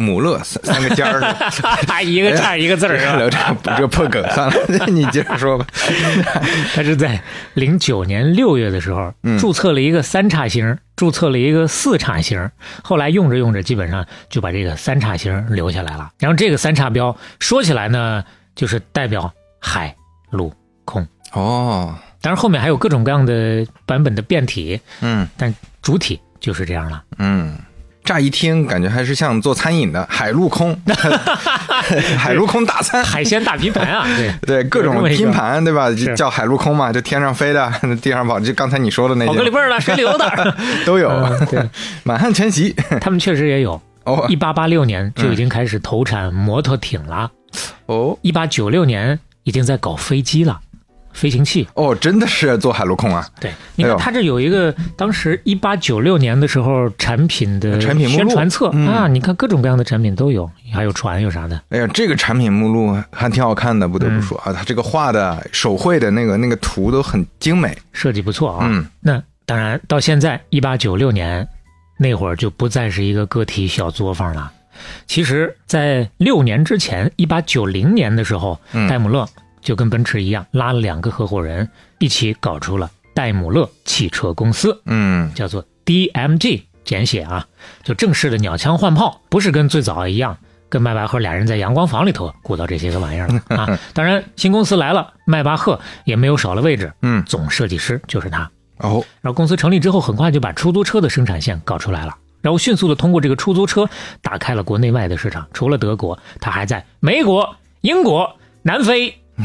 C: 3个尖儿的，
B: 一个差一个字儿啊！
C: 这破梗算了，你接着说吧。
B: 他是在09年6月的时候注册了一个3叉星，注册了一个4叉星，后来用着用着，基本上就把这个3叉星留下来了。然后这个3叉标说起来呢，就是代表海陆空。当然后面还有各种各样的版本的变体，但主体就是这样了。
C: 乍一听感觉还是像做餐饮的海陆空海陆空大餐，
B: 海鲜大拼盘啊。
C: 对，各种拼盘，对吧？就叫海陆空嘛，就天上飞的，地上跑，就刚才你说的那些，
B: 跑格里贝儿的、水里游的
C: 都有。对，满汉全席
B: 他们确实也有。1886年就已经开始投产摩托艇了。1896年已经在搞飞机了。飞行器
C: 真的是做海陆空啊。
B: 对，你看它这有一个当时1896年的时候产品的宣传册啊，你看各种各样的产品都有，还有船有啥的。
C: 哎呀，这个产品目录还挺好看的，不得不说啊，它这个画的手绘的那个图都很精美，
B: 设计不错啊。那当然到现在1896年那会儿就不再是一个个体小作坊了。其实在6年之前1890年的时候，戴姆勒就跟奔驰一样，拉了2个合伙人一起搞出了戴姆勒汽车公司，叫做 DMG 简写啊，就正式的鸟枪换炮，不是跟最早一样跟迈巴赫俩人在阳光房里头鼓捣这些个玩意儿了啊。当然新公司来了，迈巴赫也没有少了位置，总设计师就是他。然后公司成立之后，很快就把出租车的生产线搞出来了，然后迅速的通过这个出租车打开了国内外的市场，除了德国，他还在美国、英国、南非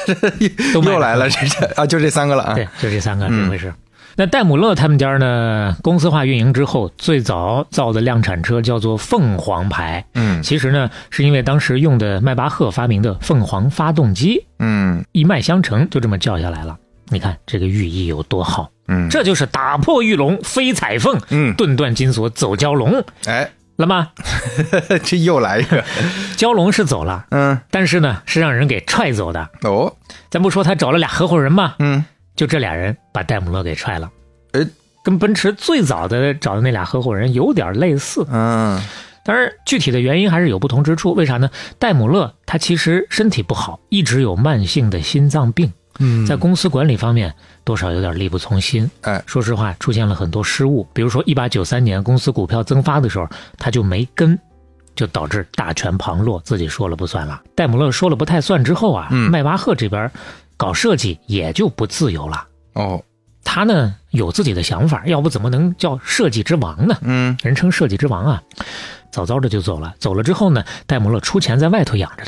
C: 又来了，就这3个了啊。
B: 对，就这3个这回事。那戴姆勒他们家呢，公司化运营之后，最早造的量产车叫做凤凰牌。其实呢，是因为当时用的迈巴赫发明的凤凰发动机，一脉相承，就这么叫下来了。你看这个寓意有多好。这就是打破玉龙飞彩凤，顿断金锁走蛟龙。
C: 哎，
B: 了吗？
C: 这又来一个，
B: 蛟龙是走了，但是呢，是让人给踹走的。
C: 哦，
B: 咱不说他找了俩合伙人吗？就这俩人把戴姆勒给踹了。跟奔驰最早的找的那俩合伙人有点类似。当然具体的原因还是有不同之处。为啥呢？戴姆勒他其实身体不好，一直有慢性的心脏病。在公司管理方面多少有点力不从心。说实话出现了很多失误，比如说1893年公司股票增发的时候他就没跟，就导致大权旁落，自己说了不算了。戴姆勒说了不太算之后啊，迈巴赫这边搞设计也就不自由了。他呢有自己的想法，要不怎么能叫设计之王呢？人称设计之王啊。早早的就走了。走了之后呢，戴姆勒出钱在外头养着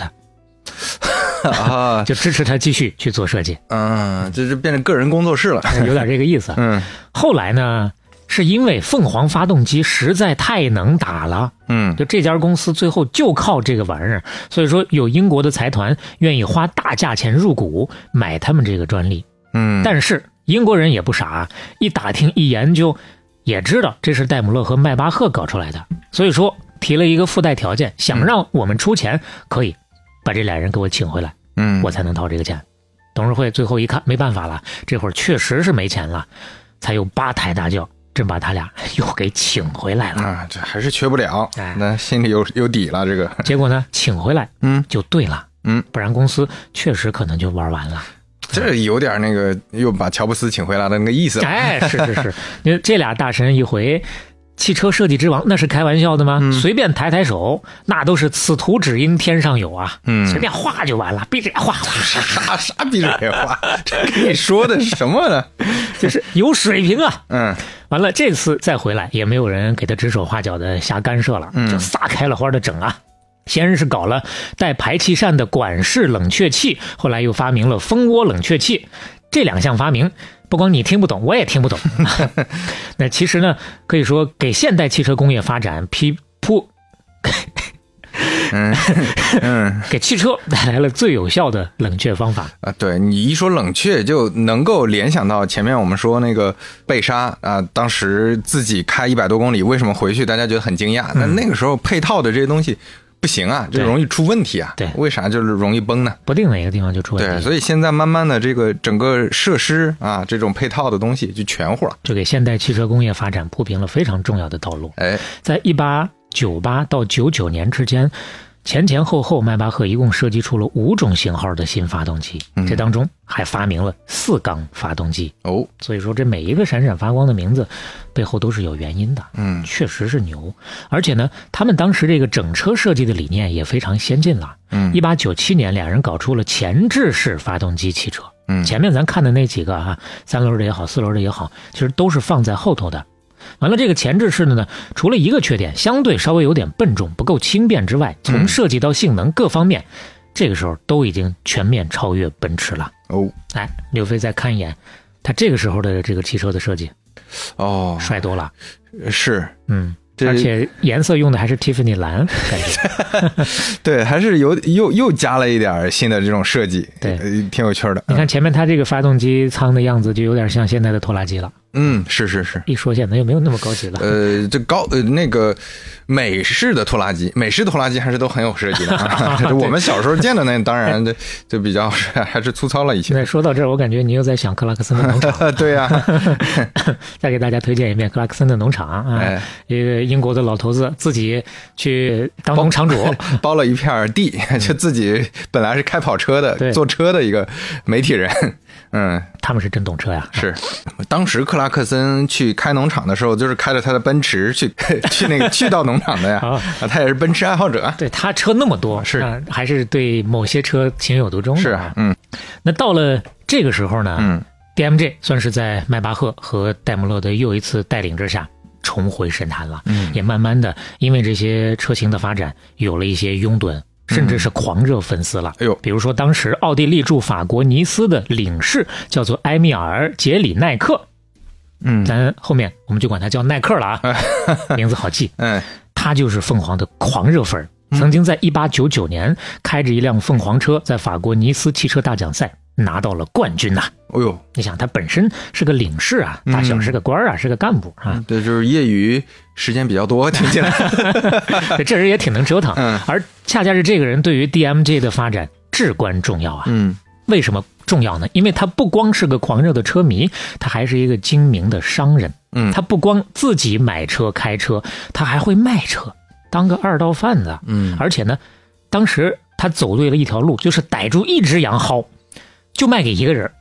B: 他，就支持他继续去做设计。
C: 这变成个人工作室了，
B: 有点这个意思。后来呢，是因为凤凰发动机实在太能打了，就这家公司最后就靠这个玩意儿，所以说有英国的财团愿意花大价钱入股买他们这个专利。但是英国人也不傻，一打听一研究也知道这是戴姆勒和迈巴赫搞出来的，所以说提了一个附带条件，想让我们出钱，可以把这俩人给我请回来，我才能掏这个钱。董事会最后一看没办法了，这会儿确实是没钱了，才有8抬大轿，真把他俩又给请回来了。
C: 这还是缺不了，那心里有底了。这个
B: 结果呢，请回来就对了，不然公司确实可能就玩完了。
C: 这有点那个又把乔布斯请回来的那个意思。
B: 是，因为这俩大神一回汽车设计之王，那是开玩笑的吗？随便抬手，那都是此图只应天上有啊！随便画就完了，闭着眼画，
C: 啥闭着眼画？这跟你说的是什么呢？
B: 就是有水平啊！完了，这次再回来，也没有人给他指手画脚的瞎干涉了，就撒开了花的整啊！先是搞了带排气扇的管式冷却器，后来又发明了蜂窝冷却器。这2项发明不光你听不懂，我也听不懂。那其实呢，可以说给现代汽车工业发展给汽车带来了最有效的冷却方法
C: 啊！对，你一说冷却，就能够联想到前面我们说那个贝莎啊，当时自己开100多公里，为什么回去大家觉得很惊讶？那个时候配套的这些东西不行啊，就容易出问题啊。
B: 对，
C: 为啥就是容易崩呢？
B: 不定哪个地方就出问题。
C: 对，所以现在慢慢的这个整个设施啊，这种配套的东西就全乎了，
B: 就给现代汽车工业发展铺平了非常重要的道路。在1898到99年之间，前后迈巴赫一共设计出了5种型号的新发动机，这当中还发明了4缸发动机。所以说这每一个闪闪发光的名字背后都是有原因的。确实是牛。而且呢，他们当时这个整车设计的理念也非常先进了。1897年俩人搞出了前置式发动机汽车。前面咱看的那几个3轮的也好4轮的也好，其实都是放在后头的。完了，这个前置式的呢，除了一个缺点，相对稍微有点笨重，不够轻便之外，从设计到性能各方面，这个时候都已经全面超越奔驰了。刘飞再看一眼他这个时候的这个汽车的设计，帅多了。
C: 是，
B: 而且颜色用的还是蒂芙尼蓝，感觉
C: 对，还是又加了一点新的这种设计，
B: 对，
C: 挺有趣的。
B: 你看前面它这个发动机舱的样子，就有点像现在的拖拉机了。
C: 是，
B: 一说现在又没有那么高级了。
C: 这那个美式的拖拉机还是都很有设计的我们小时候见的那当然就比较还是粗糙了一些。
B: 对，说到这儿，我感觉你又在想克拉克森的农场。
C: 对呀，
B: 再给大家推荐一遍克拉克森的农场啊，一个英国的老头子自己去当农场主，
C: 包了一片地，就自己本来是开跑车的，坐车的一个媒体人。
B: 他们是真懂车呀。
C: 是，当时克拉克森去开农场的时候，就是开着他的奔驰去到农场的呀。他也是奔驰爱好者。
B: 对，他车那么多，是还是对某些车情有独钟的。
C: 是
B: 那到了这个时候呢，DMG 算是在迈巴赫和戴姆勒的又一次带领之下重回神坛了。也慢慢的因为这些车型的发展，有了一些拥趸甚至是狂热粉丝了。
C: 哎呦，
B: 比如说当时奥地利驻法国尼斯的领事叫做埃米尔·杰里奈克，咱后面我们就管他叫耐克了啊，名字好记。他就是凤凰的狂热粉，曾经在1899年开着一辆凤凰车，在法国尼斯汽车大奖赛拿到了冠军呐。
C: 哦呦，
B: 你想他本身是个领事啊，大小是个官啊，是个干部啊，
C: 对，就是业余时间比较多，听起来
B: 这人也挺能折腾。而恰恰是这个人对于 DMG 的发展至关重要啊。为什么重要呢？因为他不光是个狂热的车迷，他还是一个精明的商人。他不光自己买车开车，他还会卖车，当个二道贩子。而且呢，当时他走对了一条路，就是逮住一只羊薅就卖给一个人，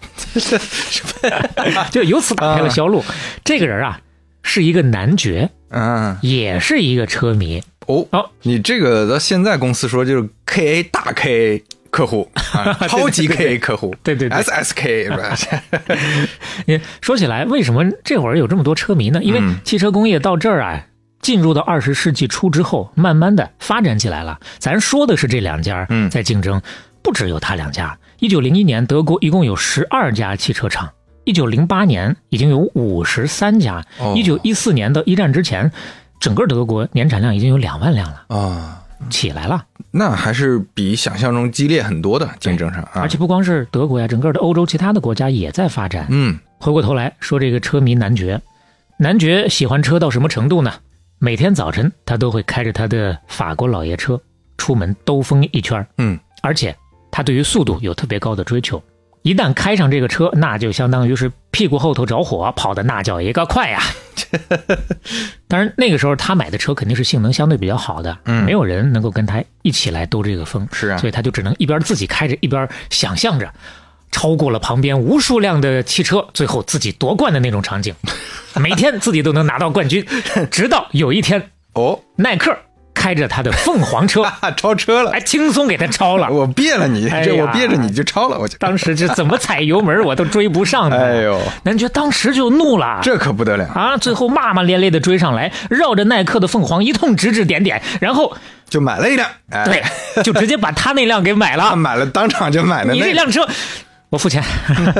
B: 就由此打开了销路。这个人啊是一个男爵，也是一个车迷。
C: 你这个到现在公司说就是 KA 大 KA 客户超级 KA 客户，
B: 对
C: SSK 是吧？
B: 你说起来，为什么这会儿有这么多车迷呢？因为汽车工业到这儿啊，进入到20世纪初之后，慢慢的发展起来了。咱说的是这两家在竞争，不只有他两家。1901年，德国一共有12家汽车厂；1908年已经有53家；1914年到一战之前，整个德国年产量已经有2万辆了起来了。
C: 那还是比想象中激烈很多的竞争上
B: 而且不光是德国呀，整个的欧洲其他的国家也在发展。回过头来说这个车迷男爵喜欢车到什么程度呢？每天早晨他都会开着他的法国老爷车出门兜风一圈。而且他对于速度有特别高的追求，一旦开上这个车，那就相当于是屁股后头着火，跑的那叫一个快呀。当然那个时候他买的车肯定是性能相对比较好的，没有人能够跟他一起来兜这个风，
C: 是啊，
B: 所以他就只能一边自己开着，一边想象着超过了旁边无数辆的汽车，最后自己夺冠的那种场景，每天自己都能拿到冠军。直到有一天耐克开着他的凤凰车
C: 超车了，
B: 轻松给他超了。
C: 我别了你，我憋着你就超了。
B: 当时这怎么踩油门我都追不上呢。
C: 哎呦，
B: 男爵当时就怒了，
C: 这可不得了
B: 啊！最后骂骂咧咧的追上来，绕着耐克的凤凰一通指指点点，然后
C: 就买了一辆。
B: 对，就直接把他那辆给买了。
C: 买了，当场就买了。
B: 你这辆车我付钱。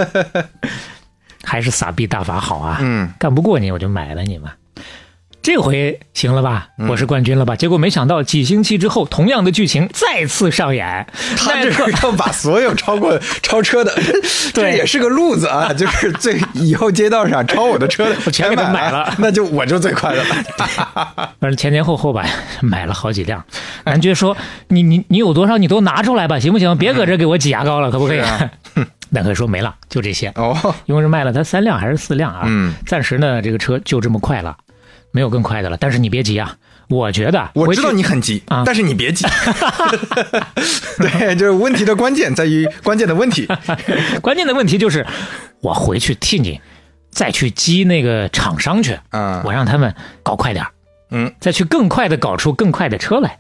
B: 还是撒币大法好啊。干不过你我就买了你嘛。这回行了吧，我是冠军了吧？结果没想到几星期之后，同样的剧情再次上演。
C: 他这是要把所有超车的，这也是个路子啊！就是以后街道上超我的车的，
B: 我全给他买了，
C: 那就我就最快了。
B: 反正前后吧，买了好几辆。男爵说：“你有多少你都拿出来吧，行不行？别搁这给我挤牙膏了，可不可以？”耐克说没了，就这些。因为是卖了他3辆还是4辆啊？暂时呢，这个车就这么快了。没有更快的了，但是你别急啊！我觉得
C: 我知道你很急但是你别急。对，就是问题的关键在于关键的问题。
B: 关键的问题就是我回去替你再去激那个厂商去，我让他们搞快点，再去更快的搞出更快的车来。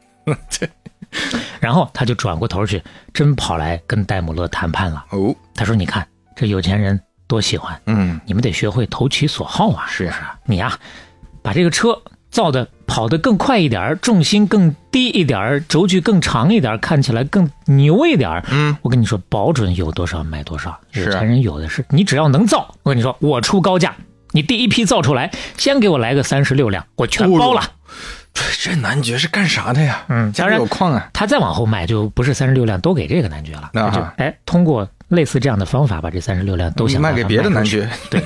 B: 然后他就转过头去，真跑来跟戴姆勒谈判了。他说：“你看这有钱人多喜欢，你们得学会投其所好啊！
C: 是啊，
B: 你呀。把这个车造的跑得更快一点，重心更低一点，轴距更长一点，看起来更牛一点。我跟你说，保准有多少买多少，有钱人有的是。你只要能造，我跟你说，我出高价，你第一批造出来，先给我来个36辆，我全包了。
C: 这男爵是干啥的呀？
B: 当然
C: 有矿啊。
B: 他再往后卖就不是36辆都给这个男爵了，就通过类似这样的方法把这36辆都想
C: 卖给别的男爵。
B: 对。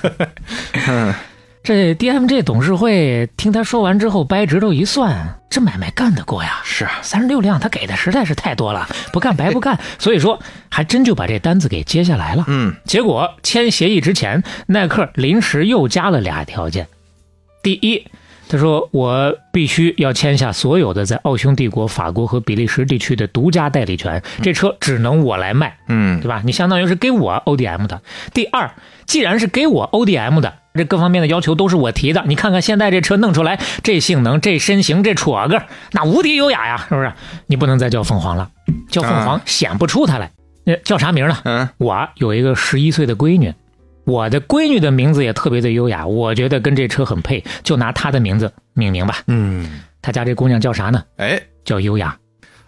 B: 这 DMG 董事会听他说完之后掰指头一算，这买卖干得过呀？
C: 是啊
B: ，36辆他给的实在是太多了，不干白不干。所以说还真就把这单子给接下来了。结果签协议之前，耐克临时又加了2条件。第一，他说我必须要签下所有的在奥匈帝国、法国和比利时地区的独家代理权，这车只能我来卖，对吧？你相当于是给我 ODM 的。第二，既然是给我 ODM 的，这各方面的要求都是我提的，你看看现在这车弄出来，这性能、这身形、这戳个，那无敌优雅呀，是不是？你不能再叫凤凰了，叫凤凰显不出它来。叫啥名呢？我有一个11岁的闺女，我的闺女的名字也特别的优雅，我觉得跟这车很配，就拿她的名字命名吧。她家这姑娘叫啥呢？叫优雅。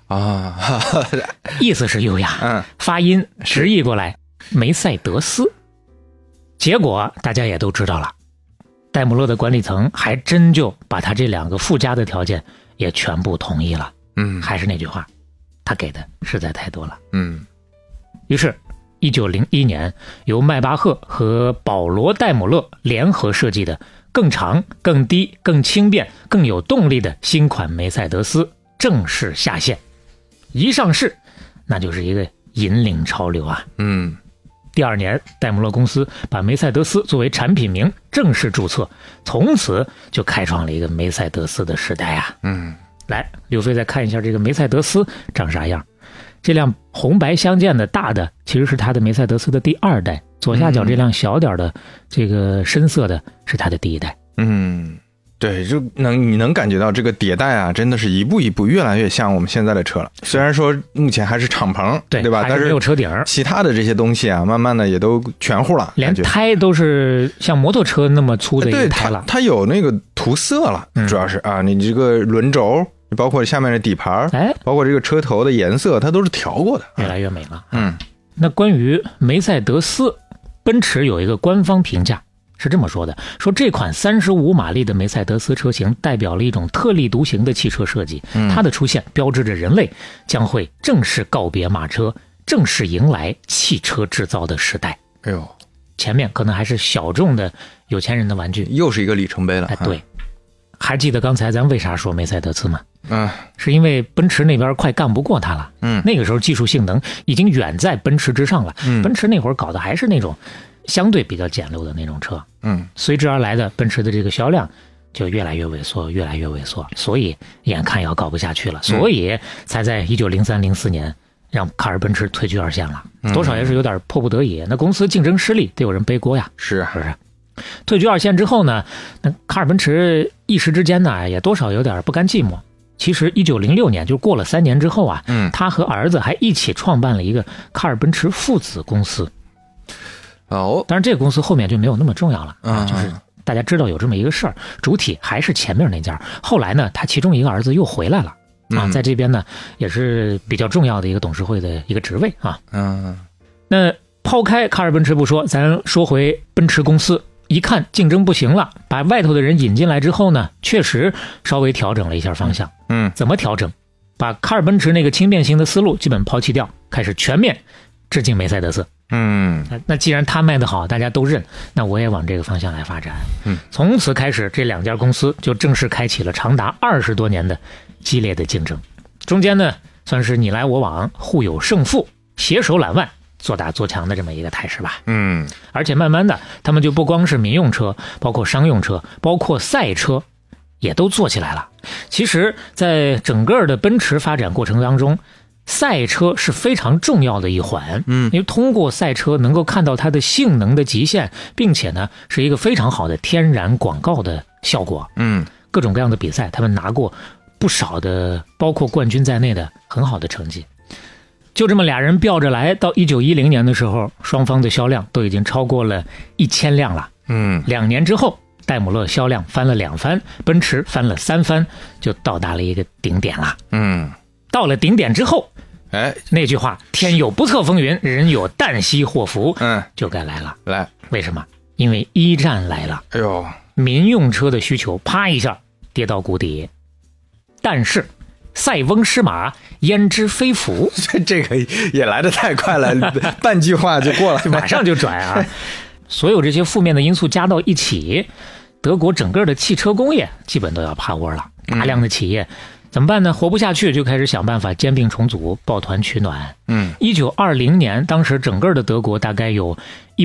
C: 啊，
B: 意思是优雅，发音直译过来梅赛德斯。结果大家也都知道了，戴姆勒的管理层还真就把他这2个附加的条件也全部同意了。还是那句话，他给的实在太多了。于是1901年由迈巴赫和保罗·戴姆勒联合设计的更长、更低、更轻便、更有动力的新款梅赛德斯正式下线。一上市那就是一个引领潮流啊。第2年戴姆勒公司把梅赛德斯作为产品名正式注册，从此就开创了一个梅赛德斯的时代啊。来，刘飞再看一下这个梅赛德斯长啥样。这辆红白相间的大的其实是它的梅赛德斯的第2代，左下角这辆小点的这个深色的是它的第1代。
C: 对，你能感觉到这个迭代啊，真的是一步一步越来越像我们现在的车了。虽然说目前还是敞篷，对吧？
B: 但是没有车顶，
C: 其他的这些东西啊，慢慢的也都全乎了，
B: 连胎都是像摩托车那么粗的一个胎了。
C: 它有那个涂色了，主要是啊，你这个轮轴，包括下面的底盘，包括这个车头的颜色，它都是调过的，
B: 越来越美了。那关于梅赛德斯，奔驰有一个官方评价。是这么说的，说这款35马力的梅赛德斯车型代表了一种特立独行的汽车设计，它的出现标志着人类将会正式告别马车，正式迎来汽车制造的时代。前面可能还是小众的有钱人的玩具，
C: 又是一个里程碑了。
B: 对，还记得刚才咱为啥说梅赛德斯吗？是因为奔驰那边快干不过它了。那个时候技术性能已经远在奔驰之上了。奔驰那会儿搞的还是那种相对比较简陋的那种车。随之而来的奔驰的这个销量就越来越萎缩，越来越萎缩，所以眼看要搞不下去了，所以才在1903-04年让卡尔奔驰退居二线了。多少也是有点迫不得已，那公司竞争失利得有人背锅呀。是不是？退居二线之后呢，那卡尔奔驰一时之间呢也多少有点不甘寂寞。其实1906年就过了3年之后啊，他和儿子还一起创办了一个卡尔奔驰父子公司。当然这个公司后面就没有那么重要了，就是大家知道有这么一个事儿，主体还是前面那家。后来呢，他其中一个儿子又回来了在这边呢也是比较重要的一个董事会的一个职位啊。那抛开卡尔奔驰不说，咱说回奔驰公司，一看竞争不行了，把外头的人引进来之后呢，确实稍微调整了一下方向。怎么调整？把卡尔奔驰那个轻便型的思路基本抛弃掉，开始全面致敬梅赛德斯。那既然他卖得好，大家都认，那我也往这个方向来发展。从此开始，这2家公司就正式开启了长达20多年的激烈的竞争。中间呢，算是你来我往，互有胜负，携手揽腕，做大做强的这么一个态势吧。而且慢慢的，他们就不光是民用车，包括商用车，包括赛车也都做起来了。其实在整个的奔驰发展过程当中，赛车是非常重要的一环。因为通过赛车能够看到它的性能的极限，并且呢是一个非常好的天然广告的效果。各种各样的比赛他们拿过不少的包括冠军在内的很好的成绩。就这么俩人吊着来，到1910年的时候，双方的销量都已经超过了1000辆了。2年之后，戴姆勒销量翻了2番，奔驰翻了3番，就到达了一个顶点了。到了顶点之后，那句话天有不测风云，人有旦夕祸福，就该来了。为什么？因为1战来了。民用车的需求啪一下跌到谷底，但是塞翁失马焉知非福，
C: 这个也来得太快了，半句话就过了，
B: 马上就转啊。所有这些负面的因素加到一起，德国整个的汽车工业基本都要趴窝了。大量的企业怎么办呢？活不下去，就开始想办法兼并重组，抱团取暖。1920年，当时整个的德国大概有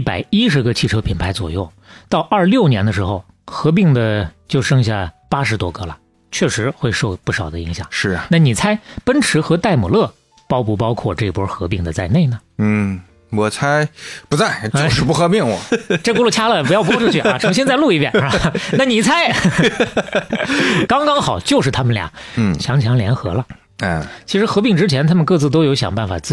B: 110个汽车品牌左右，到26年的时候，合并的就剩下80多个了，确实会受不少的影响。
C: 是啊，
B: 那你猜奔驰和戴姆勒包不包括这波合并的在内呢？
C: 我猜不在，就是不合并我。
B: 这轱辘掐了，不要播出去啊！重新再录一遍啊！那你猜，刚刚好就是他们俩强强联合了。其实合并之前，他们各自都有想办法自救，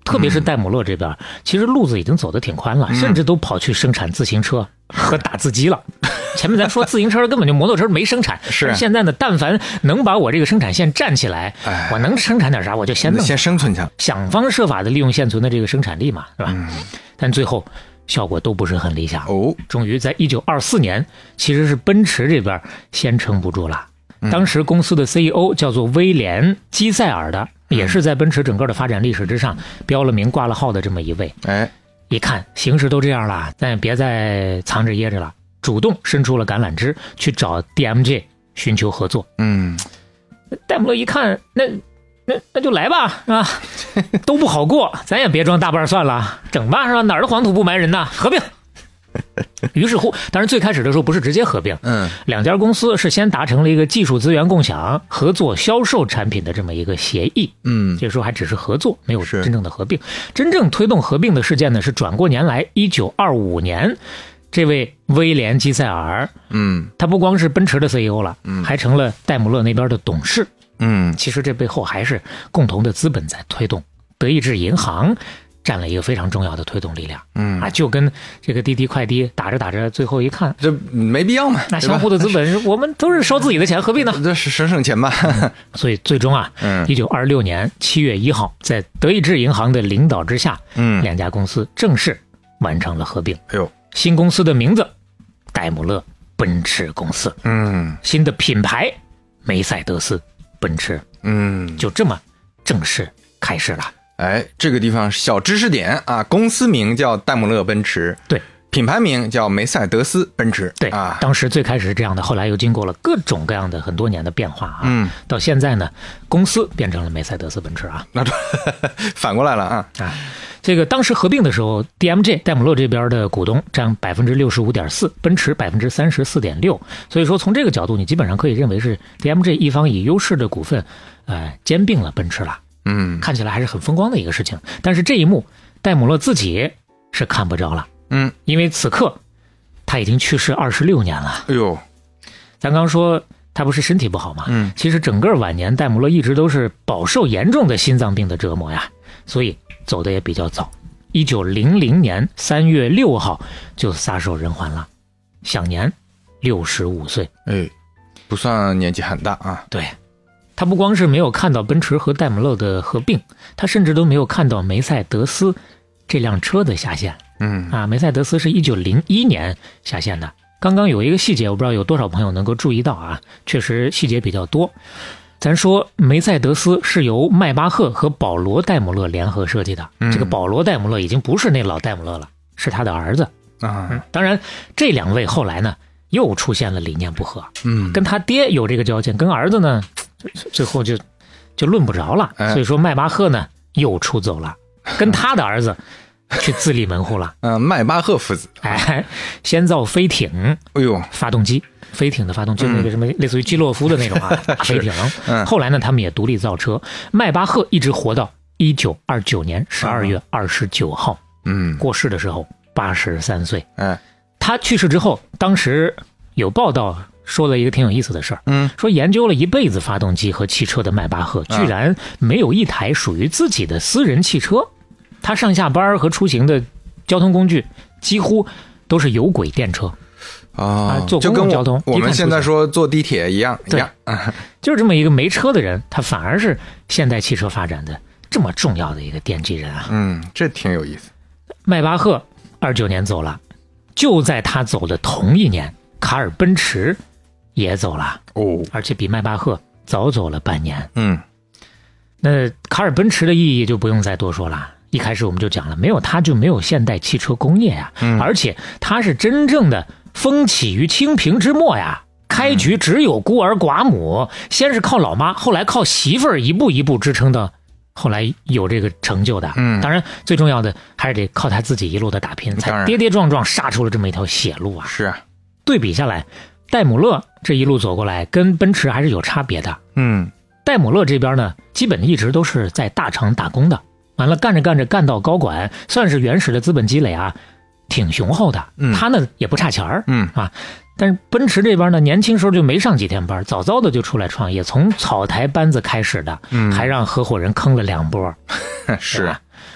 B: 特别是戴姆勒这边，其实路子已经走得挺宽了，甚至都跑去生产自行车和打字机了。前面咱说自行车根本就摩托车没生产，
C: 是
B: 现在呢，但凡能把我这个生产线站起来，我能生产点啥，我就先
C: 生存去，
B: 想方设法的利用现存的这个生产力嘛，是吧？但最后效果都不是很理想。终于在1924年，其实是奔驰这边先撑不住了。当时公司的 CEO 叫做威廉·基塞尔的，也是在奔驰整个的发展历史之上标了名挂了号的这么一位。一看形势都这样了，咱也别再藏着掖着了，主动伸出了橄榄枝，去找 DMG 寻求合作。戴姆勒一看，那就来吧，是吧？都不好过，咱也别装大半算了，整吧，是吧？哪儿的黄土不埋人呐？合并。于是乎，当然最开始的时候不是直接合并，两家公司是先达成了一个技术资源共享、合作销售产品的这么一个协议。这时候还只是合作，没有真正的合并。真正推动合并的事件呢，是转过年来1925年，这位威廉·基塞尔，他不光是奔驰的 CEO 了，还成了戴姆勒那边的董事。其实这背后还是共同的资本在推动，德意志银行占了一个非常重要的推动力量。就跟这个滴滴快滴打着打着，最后一看，
C: 这没必要嘛，
B: 那相互的资本，我们都是烧自己的钱，何必呢？
C: 这是省钱吧。
B: 所以最终啊，1926年7月1号，在德意志银行的领导之下，两家公司正式完成了合并。新公司的名字戴姆勒奔驰公司。新的品牌梅赛德斯奔驰。就这么正式开始了。
C: 这个地方小知识点啊，公司名叫戴姆勒奔驰，
B: 对，
C: 品牌名叫梅赛德斯奔驰，
B: 对啊。当时最开始是这样的，后来又经过了各种各样的很多年的变化啊，到现在呢，公司变成了梅赛德斯奔驰啊，
C: 那反过来了啊。
B: 这个当时合并的时候 ，DMG 戴姆勒这边的股东占65.4%，奔驰34.6%，所以说从这个角度，你基本上可以认为是 DMG 一方以优势的股份，兼并了奔驰了。看起来还是很风光的一个事情，但是这一幕戴姆勒自己是看不着了。因为此刻他已经去世26年了。咱刚说他不是身体不好吗？其实整个晚年戴姆勒一直都是饱受严重的心脏病的折磨呀，所以走的也比较早。1900年3月6号就撒手人寰了，享年65岁。
C: 不算年纪很大啊。
B: 对。他不光是没有看到奔驰和戴姆勒的合并，他甚至都没有看到梅赛德斯这辆车的下线。梅赛德斯是1901年下线的。刚刚有一个细节，我不知道有多少朋友能够注意到啊，确实细节比较多。咱说梅赛德斯是由迈巴赫和保罗戴姆勒联合设计的，这个保罗戴姆勒已经不是那老戴姆勒了，是他的儿子。当然这两位后来呢又出现了理念不合，跟他爹有这个交情，跟儿子呢最后就论不着了。所以说迈巴赫呢又出走了，跟他的儿子去自立门户了。
C: 迈巴赫父子
B: 先造飞艇，发动机，飞艇的发动机，那个什么类似于基洛夫的那种大飞艇。后来呢他们也独立造车，迈巴赫一直活到1929年12月29号，过世的时候83岁。他去世之后，当时有报道说了一个挺有意思的事儿，说研究了一辈子发动机和汽车的迈巴赫，居然没有一台属于自己的私人汽车。他上下班和出行的交通工具几乎都是有轨电车坐公共交通，
C: 我们现在说坐地铁一样。
B: 就是这么一个没车的人，他反而是现代汽车发展的这么重要的一个奠基人啊。
C: 这挺有意思。
B: 迈巴赫29年走了，就在他走的同一年，卡尔奔驰也走了，而且比迈巴赫早走了半年。那卡尔奔驰的意义就不用再多说了，一开始我们就讲了，没有它就没有现代汽车工业呀。而且它是真正的风起于清平之末呀，开局只有孤儿寡母，先是靠老妈，后来靠媳妇儿一步一步支撑的，后来有这个成就的。当然最重要的还是得靠他自己一路的打拼，才跌跌撞撞杀出了这么一条血路啊。
C: 是啊，
B: 对比下来，戴姆勒这一路走过来跟奔驰还是有差别的。戴姆勒这边呢，基本一直都是在大厂打工的，完了干着干着干到高管，算是原始的资本积累啊，挺雄厚的。他呢也不差钱儿，但是奔驰这边呢，年轻时候就没上几天班，早早的就出来创业，从草台班子开始的，还让合伙人坑了2波。
C: 是，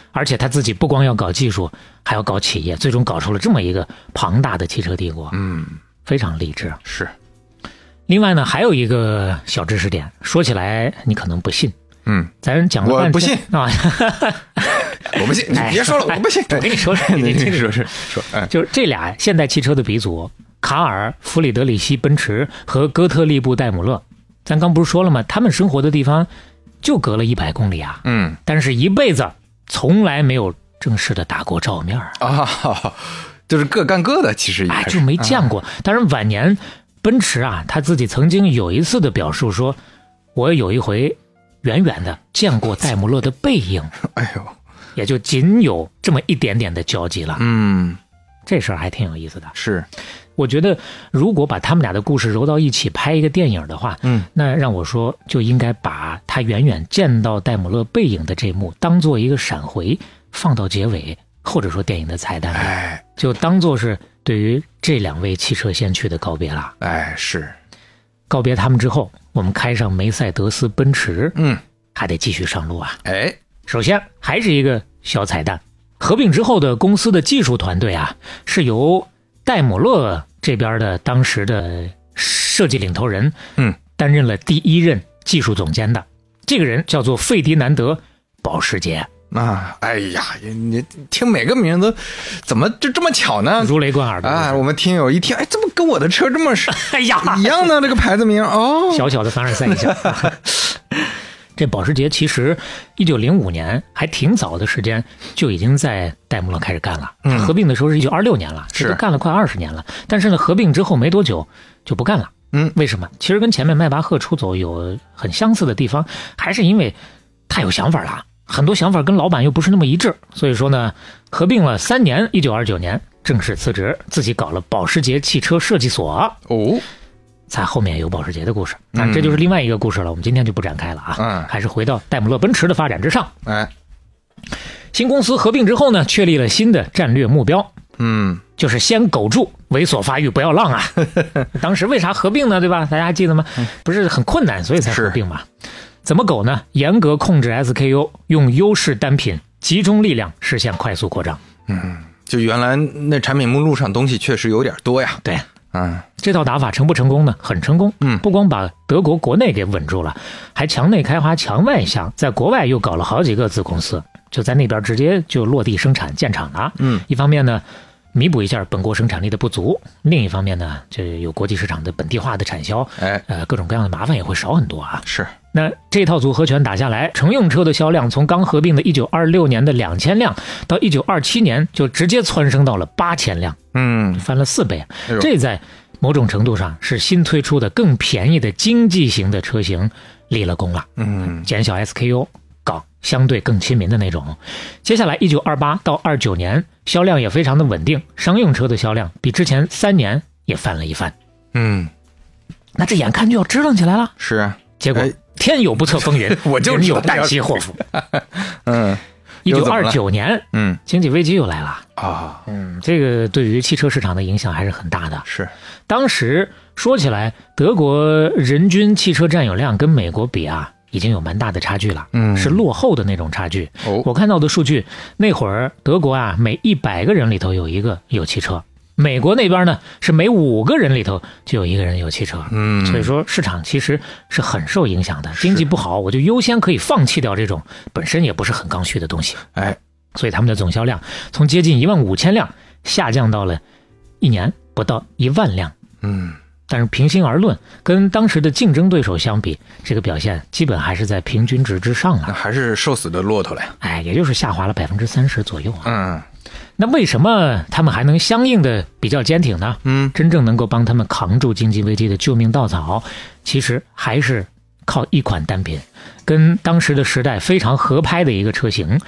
B: 而且他自己不光要搞技术，还要搞企业，最终搞出了这么一个庞大的汽车帝国。非常励志。
C: 是。
B: 另外呢，还有一个小知识点，说起来你可能不信。咱讲了半天，
C: 我不信
B: 啊，
C: 我不信，你别说了，我不信。
B: 我跟你说，
C: 你说，
B: 就是这俩现代汽车的鼻祖，卡尔弗里德里希奔驰和哥特利布戴姆勒，咱刚不是说了吗？他们生活的地方就隔了100公里啊。但是一辈子从来没有正式的打过照面
C: 啊，就是各干各的，其实也
B: 就没见过。当然晚年奔驰啊，他自己曾经有一次的表述说，我有一回远远的见过戴姆勒的背影，也就仅有这么一点点的交集了。这事儿还挺有意思的。
C: 是，
B: 我觉得如果把他们俩的故事揉到一起拍一个电影的话，那让我说就应该把他远远见到戴姆勒背影的这幕当做一个闪回放到结尾，或者说电影的彩蛋，就当做是对于这2位汽车先驱的告别了。
C: 是。
B: 告别他们之后，我们开上梅赛德斯奔驰，还得继续上路啊。首先还是一个小彩蛋，合并之后的公司的技术团队啊，是由戴姆勒这边的当时的设计领头人，担任了第1任技术总监的。这个人叫做费迪南德·保时捷。你听每个名字怎么就这么巧呢？ 如雷贯耳的。
C: 我们听友一听，怎么跟我的车这么一样呢？这个牌子名小
B: 小的凡尔赛一下。这保时捷其实1905年还挺早的时间就已经在戴姆勒开始干了。合并的时候是1926年了，这都干了快20年了。但是呢，合并之后没多久就不干了。为什么？其实跟前面迈巴赫出走有很相似的地方，还是因为太有想法了。很多想法跟老板又不是那么一致，所以说呢，合并了3年，1929年正式辞职，自己搞了保时捷汽车设计所。在后面有保时捷的故事，这就是另外一个故事了，我们今天就不展开了啊。还是回到戴姆勒奔驰的发展之上。新公司合并之后呢，确立了新的战略目标，就是先苟住，猥琐发育不要浪啊。当时为啥合并呢？对吧？大家还记得吗？不是很困难，所以才合并嘛。怎么苟呢？严格控制 SKU， 用优势单品集中力量实现快速扩张。
C: 就原来那产品目录上东西确实有点多呀。
B: 对，这套打法成不成功呢？很成功。不光把德国国内给稳住了，还墙内开花墙外香，在国外又搞了好几个子公司，就在那边直接就落地生产建厂了。一方面呢，弥补一下本国生产力的不足，另一方面呢，就有国际市场的本地化的产销，各种各样的麻烦也会少很多啊。
C: 是。
B: 那这套组合拳打下来，乘用车的销量从刚合并的1926年的2000辆，到1927年就直接蹿升到了8000辆，翻了4倍。这在某种程度上是新推出的更便宜的经济型的车型立了功了。减小 SKU， 搞相对更亲民的那种。接下来1928到29年销量也非常的稳定，商用车的销量比之前3年也翻了一番。那这眼看就要支棱起来了。
C: 是啊，
B: 结果天有不测风云，
C: 我就
B: 人有旦夕祸福。1929年，经济危机又来了
C: 啊。
B: 这个对于汽车市场的影响还是很大的。
C: 是，
B: 当时说起来，德国人均汽车占有量跟美国比啊，已经有蛮大的差距了，是落后的那种差距。我看到的数据，那会儿德国啊，每100个人里头有1个有汽车。美国那边呢，是每5个人里头就有1个人有汽车。所以说市场其实是很受影响的。经济不好，我就优先可以放弃掉这种本身也不是很刚需的东西。所以他们的总销量从接近15000辆下降到了1年不到1万辆。但是平心而论，跟当时的竞争对手相比，这个表现基本还是在平均值之上了。
C: 还是瘦死的骆驼了呀。
B: 也就是下滑了30%左右啊。那为什么他们还能相应的比较坚挺呢？真正能够帮他们扛住经济危机的救命稻草，其实还是靠一款单品，跟当时的时代非常合拍的一个车型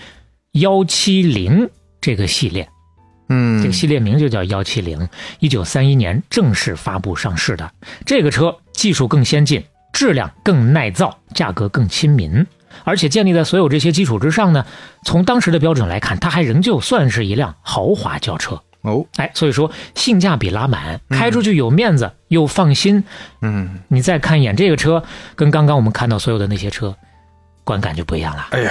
B: 170这个系列。这个系列名就叫170， 1931年正式发布上市的。这个车技术更先进，质量更耐造，价格更亲民。而且建立在所有这些基础之上呢，从当时的标准来看，它还仍旧算是一辆豪华轿车。所以说性价比拉满，开出去有面子又放心。你再看一眼这个车，跟刚刚我们看到所有的那些车观感就不一样了。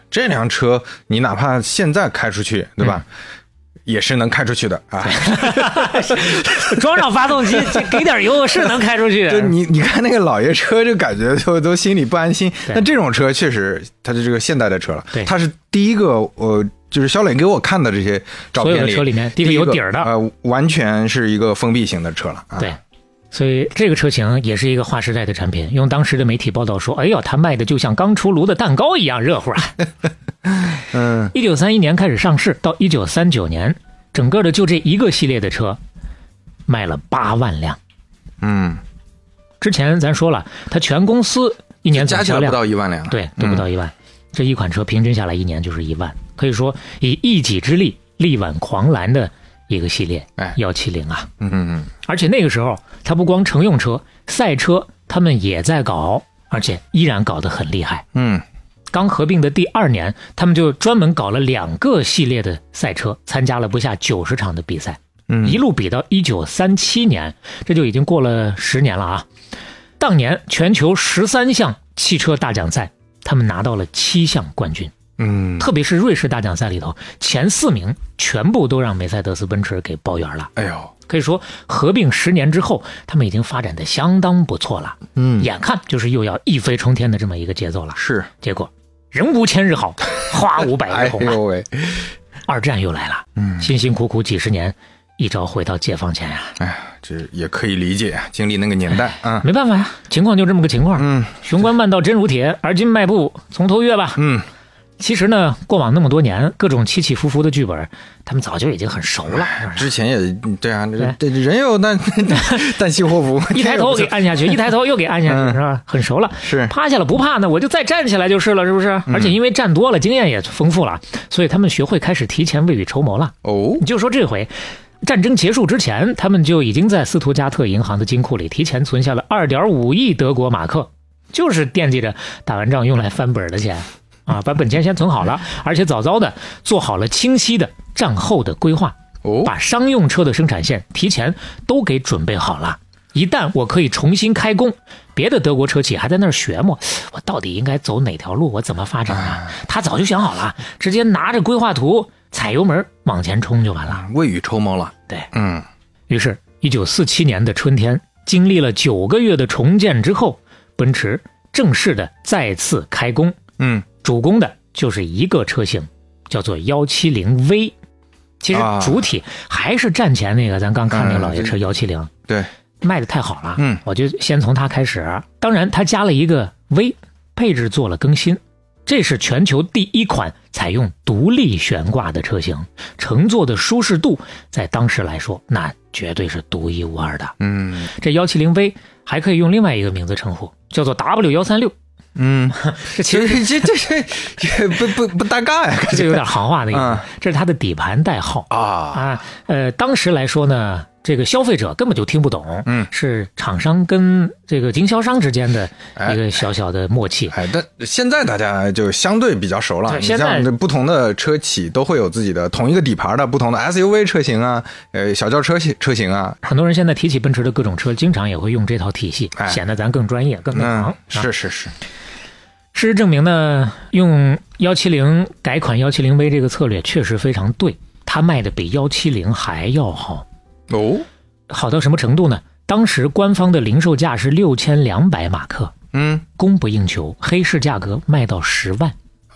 C: 这辆车你哪怕现在开出去，对吧？也是能开出去的啊！
B: 装上发动机，给点油是能开出去。
C: 就你看那个老爷车，就感觉都心里不安心。那这种车确实，它是这个现代的车了。
B: 对，
C: 它是第一个，就是肖磊给我看的这些照片里，
B: 所有的车里面第一个有底儿的，
C: 完全是一个封闭型的车了。
B: 对。所以这个车型也是一个划时代的产品，用当时的媒体报道说，哎呦，它卖的就像刚出炉的蛋糕一样热乎啊。1931年开始上市，到1939年，整个的就这一个系列的车卖了8万辆。之前咱说了，它全公司一年总销量
C: 加起来不到1万辆，
B: 对，都不到1万。这一款车平均下来一年就是1万，可以说以一己之力力挽狂澜的一个系列170啊。而且那个时候它不光乘用车、赛车他们也在搞，而且依然搞得很厉害。刚合并的第2年，他们就专门搞了2个系列的赛车，参加了不下90场的比赛。一路比到1937年，这就已经过了10年了啊。当年全球13项汽车大奖赛，他们拿到了7项冠军。特别是瑞士大奖赛里头，前4名全部都让梅赛德斯奔驰给包圆了。
C: 哎呦，
B: 可以说合并10年之后，他们已经发展的相当不错了。眼看就是又要一飞冲天的这么一个节奏了。
C: 是，
B: 结果人无千日好，花无百日红。
C: 哎呦喂，
B: 二战又来了。辛辛苦苦几十年，一朝回到解放前呀。
C: 哎呀，这也可以理解，经历那个年代啊，
B: 没办法呀，情况就这么个情况。雄关漫道真如铁，而今迈步从头越吧。其实呢，过往那么多年，各种起起伏伏的剧本，他们早就已经很熟了。
C: 之前也对啊，这人有但起祸福，
B: 一抬头给按下去，一抬头又给按下去，是吧？很熟了。
C: 是
B: 趴下了不怕呢，我就再站起来就是了，是不是？而且因为站多了，经验也丰富了，所以他们学会开始提前未雨绸缪了。你就说这回战争结束之前，他们就已经在斯图加特银行的金库里提前存下了2.5亿德国马克，就是惦记着打完仗用来翻本的钱。把本钱先存好了，而且早早的做好了清晰的战后的规划，把商用车的生产线提前都给准备好了。一旦我可以重新开工，别的德国车企还在那儿学摸，我到底应该走哪条路，我怎么发展啊？他早就想好了，直接拿着规划图踩油门往前冲就完了，
C: 未雨绸缪了。
B: 对，于是1947年的春天，经历了9个月的重建之后，奔驰正式的再次开工。主攻的就是一个车型，叫做170V。其实主体还是战前那个咱刚看那个老爷车170，
C: 对，
B: 卖的太好了。我就先从它开始。当然它加了一个 V， 配置做了更新。这是全球第一款采用独立悬挂的车型，乘坐的舒适度在当时来说那绝对是独一无二的。这170V 还可以用另外一个名字称呼，叫做 W136。
C: 这其实这不搭嘎呀，
B: 这有点行话的意思。这是它的底盘代号当时来说呢，这个消费者根本就听不懂，是厂商跟这个经销商之间的一个小小的默契。
C: 但现在大家就相对比较熟了。你像不同的车企都会有自己的同一个底盘的不同的 SUV 车型啊，小轿车型啊。
B: 很多人现在提起奔驰的各种车，经常也会用这套体系，显得咱更专业、更内行。
C: 是。
B: 事实证明呢，用170改款170V 这个策略确实非常对，它卖的比170还要好。好到什么程度呢？当时官方的零售价是6200马克，供不应求，黑市价格卖到10万。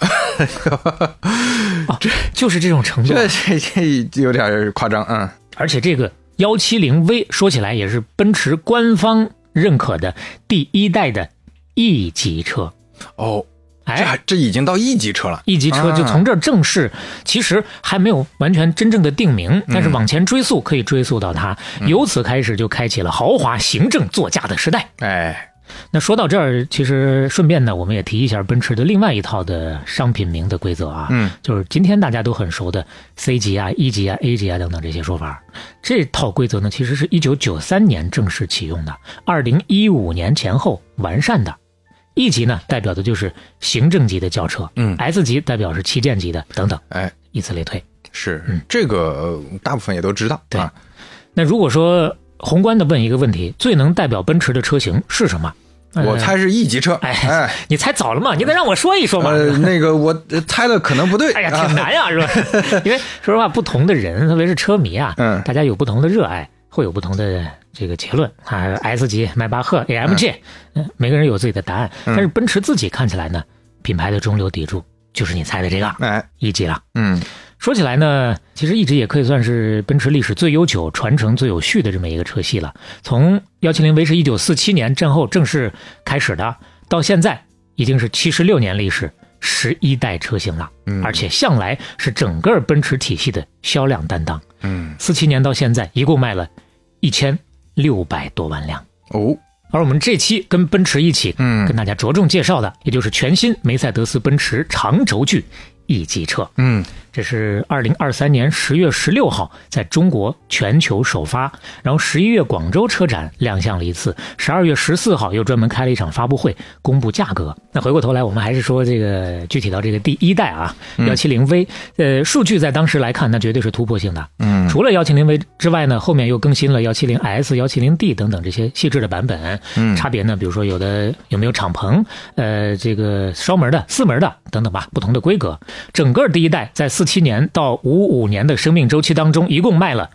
B: 就是这种程度。
C: 这有点夸张。
B: 而且这个170V 说起来也是奔驰官方认可的第1代的 E 级车。
C: 这已经到1级车了。
B: 1级车就从这儿正式，其实还没有完全真正的定名，但是往前追溯可以追溯到它，由此开始就开启了豪华行政座驾的时代。那说到这儿，其实顺便呢，我们也提一下奔驰的另外一套的商品名的规则啊，就是今天大家都很熟的 C 级啊、E 级啊、A 级啊等等这些说法。这套规则呢，其实是1993年正式启用的，2015年前后完善的。E 级呢，代表的就是行政级的轿车，S 级代表是旗舰级的等等，以此类推。
C: 是，这个大部分也都知道。
B: 对，那如果说宏观的问一个问题，最能代表奔驰的车型是什么？
C: 我猜是 E 级车。
B: 你猜早了嘛？你得让我说一说嘛。
C: 那个我猜的可能不对。
B: 哎呀，挺难呀，是吧？因为说实话，不同的人，特别是车迷啊，大家有不同的热爱，会有不同的这个结论啊。S 级、迈巴赫、AMG，每个人有自己的答案。但是奔驰自己看起来呢，品牌的中流砥柱就是你猜的这个，1级了。说起来呢，其实一直也可以算是奔驰历史最悠久、传承最有序的这么一个车系了。从 170V 是1947年战后正式开始的，到现在已经是76年历史，11代车型了。而且向来是整个奔驰体系的销量担当。47年到现在一共卖了1600多万辆。而我们这期跟奔驰一起跟大家着重介绍的，也就是全新梅赛德斯奔驰长轴距1级车。这是2023年10月16号在中国全球首发，然后11月广州车展亮相了一次，12月14号又专门开了一场发布会公布价格。那回过头来我们还是说这个具体到这个第1代啊170V，数据在当时来看那绝对是突破性的。除了170V 之外呢，后面又更新了 170S、170D 等等这些细致的版本。差别呢，比如说有没有敞篷，这个双门的、4门的等等吧，不同的规格。整个第1代在47年到55年的生命周期当中，一共卖了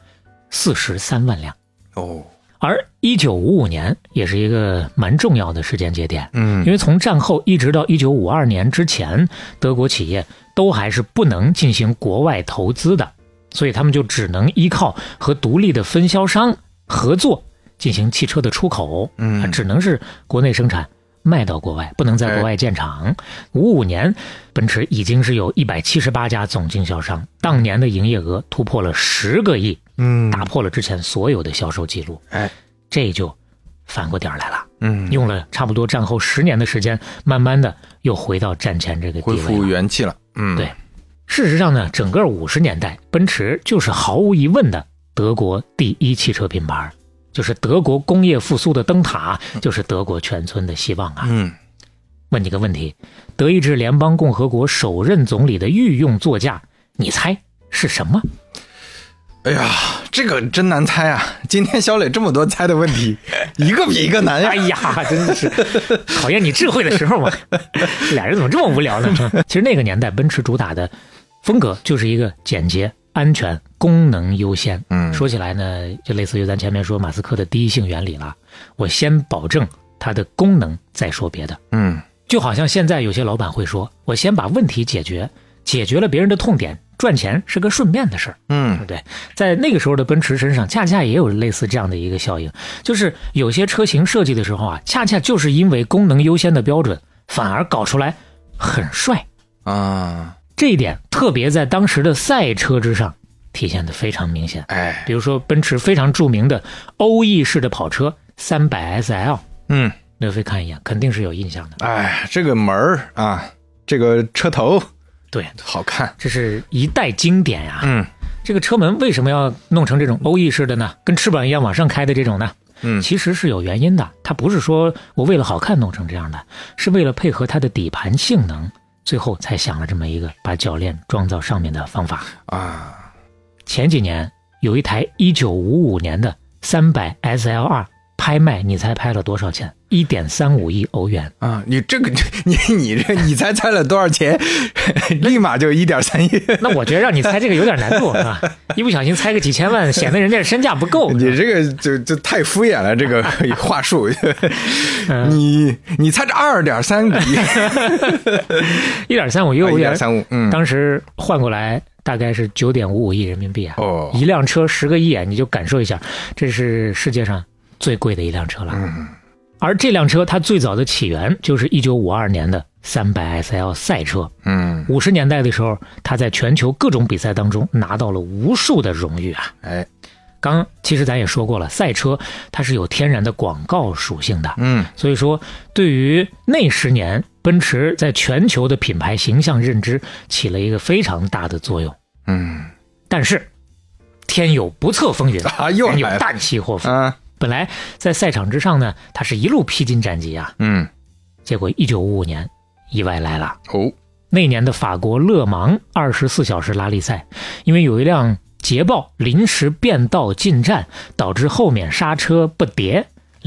B: 43万辆。而1955年也是一个蛮重要的时间节点。因为从战后一直到1952年之前，德国企业都还是不能进行国外投资的，所以他们就只能依靠和独立的分销商合作进行汽车的出口。只能是国内生产卖到国外，不能在国外建厂。55年奔驰已经是有178家总经销商，当年的营业额突破了10个亿，打破了之前所有的销售记录。这就反过点来了。用了差不多战后10年的时间，慢慢的又回到战前这个地位了，
C: 恢复元气了。
B: 对，事实上呢，整个50年代奔驰就是毫无疑问的德国第1汽车品牌，就是德国工业复苏的灯塔，就是德国全村的希望啊。问你个问题，德意志联邦共和国首任总理的御用座驾，你猜是什么？
C: 哎呀，这个真难猜啊！今天小磊这么多猜的问题，一个比一个难呀！
B: 哎呀，真是考验你智慧的时候嘛。俩人怎么这么无聊呢？其实那个年代奔驰主打的风格就是一个简洁、安全、功能优先。说起来呢，就类似于咱前面说马斯克的第一性原理了，我先保证它的功能，再说别的。就好像现在有些老板会说，我先把问题解决了别人的痛点，赚钱是个顺便的事儿。对不对？在那个时候的奔驰身上恰恰也有类似这样的一个效应，就是有些车型设计的时候啊，恰恰就是因为功能优先的标准，反而搞出来很帅啊。这一点特别在当时的赛车之上体现得非常明显。比如说奔驰非常著名的欧翼式的跑车300 SL，刘飞看一眼肯定是有印象的。
C: 这个门儿啊，这个车头，
B: 对，
C: 好看，
B: 这是一代经典呀。这个车门为什么要弄成这种欧翼式的呢？跟翅膀一样往上开的这种呢？其实是有原因的。它不是说我为了好看弄成这样的，是为了配合它的底盘性能，最后才想了这么一个把铰链装到上面的方法啊。前几年有一台1955年的300 SL2 拍卖，你猜拍了多少钱？1.35亿欧元
C: 啊！你这个你猜了多少钱？立马就1.3亿。
B: 那我觉得让你猜这个有点难度啊！一不小心猜个几千万，显得人家身价不够。
C: 你这个就太敷衍了，这个话术。你猜这2.3个亿
B: ，1.35亿欧元
C: ，1.35，
B: 当时换过来大概是9.55亿人民币啊！一辆车10个亿啊，你就感受一下，这是世界上最贵的一辆车了。而这辆车它最早的起源就是1952年的300 SL 赛车。50年代的时候，它在全球各种比赛当中拿到了无数的荣誉啊。刚其实咱也说过了，赛车它是有天然的广告属性的。所以说对于那10年奔驰在全球的品牌形象认知起了一个非常大的作用。但是天有不测风云啊，又有旦夕祸福。本来在赛场之上呢，他是一路披荆斩棘啊。结果1955年意外来了。那年的法国勒芒24小时拉力赛，因为有一辆捷豹临时变道进站，导致后面刹车不迭，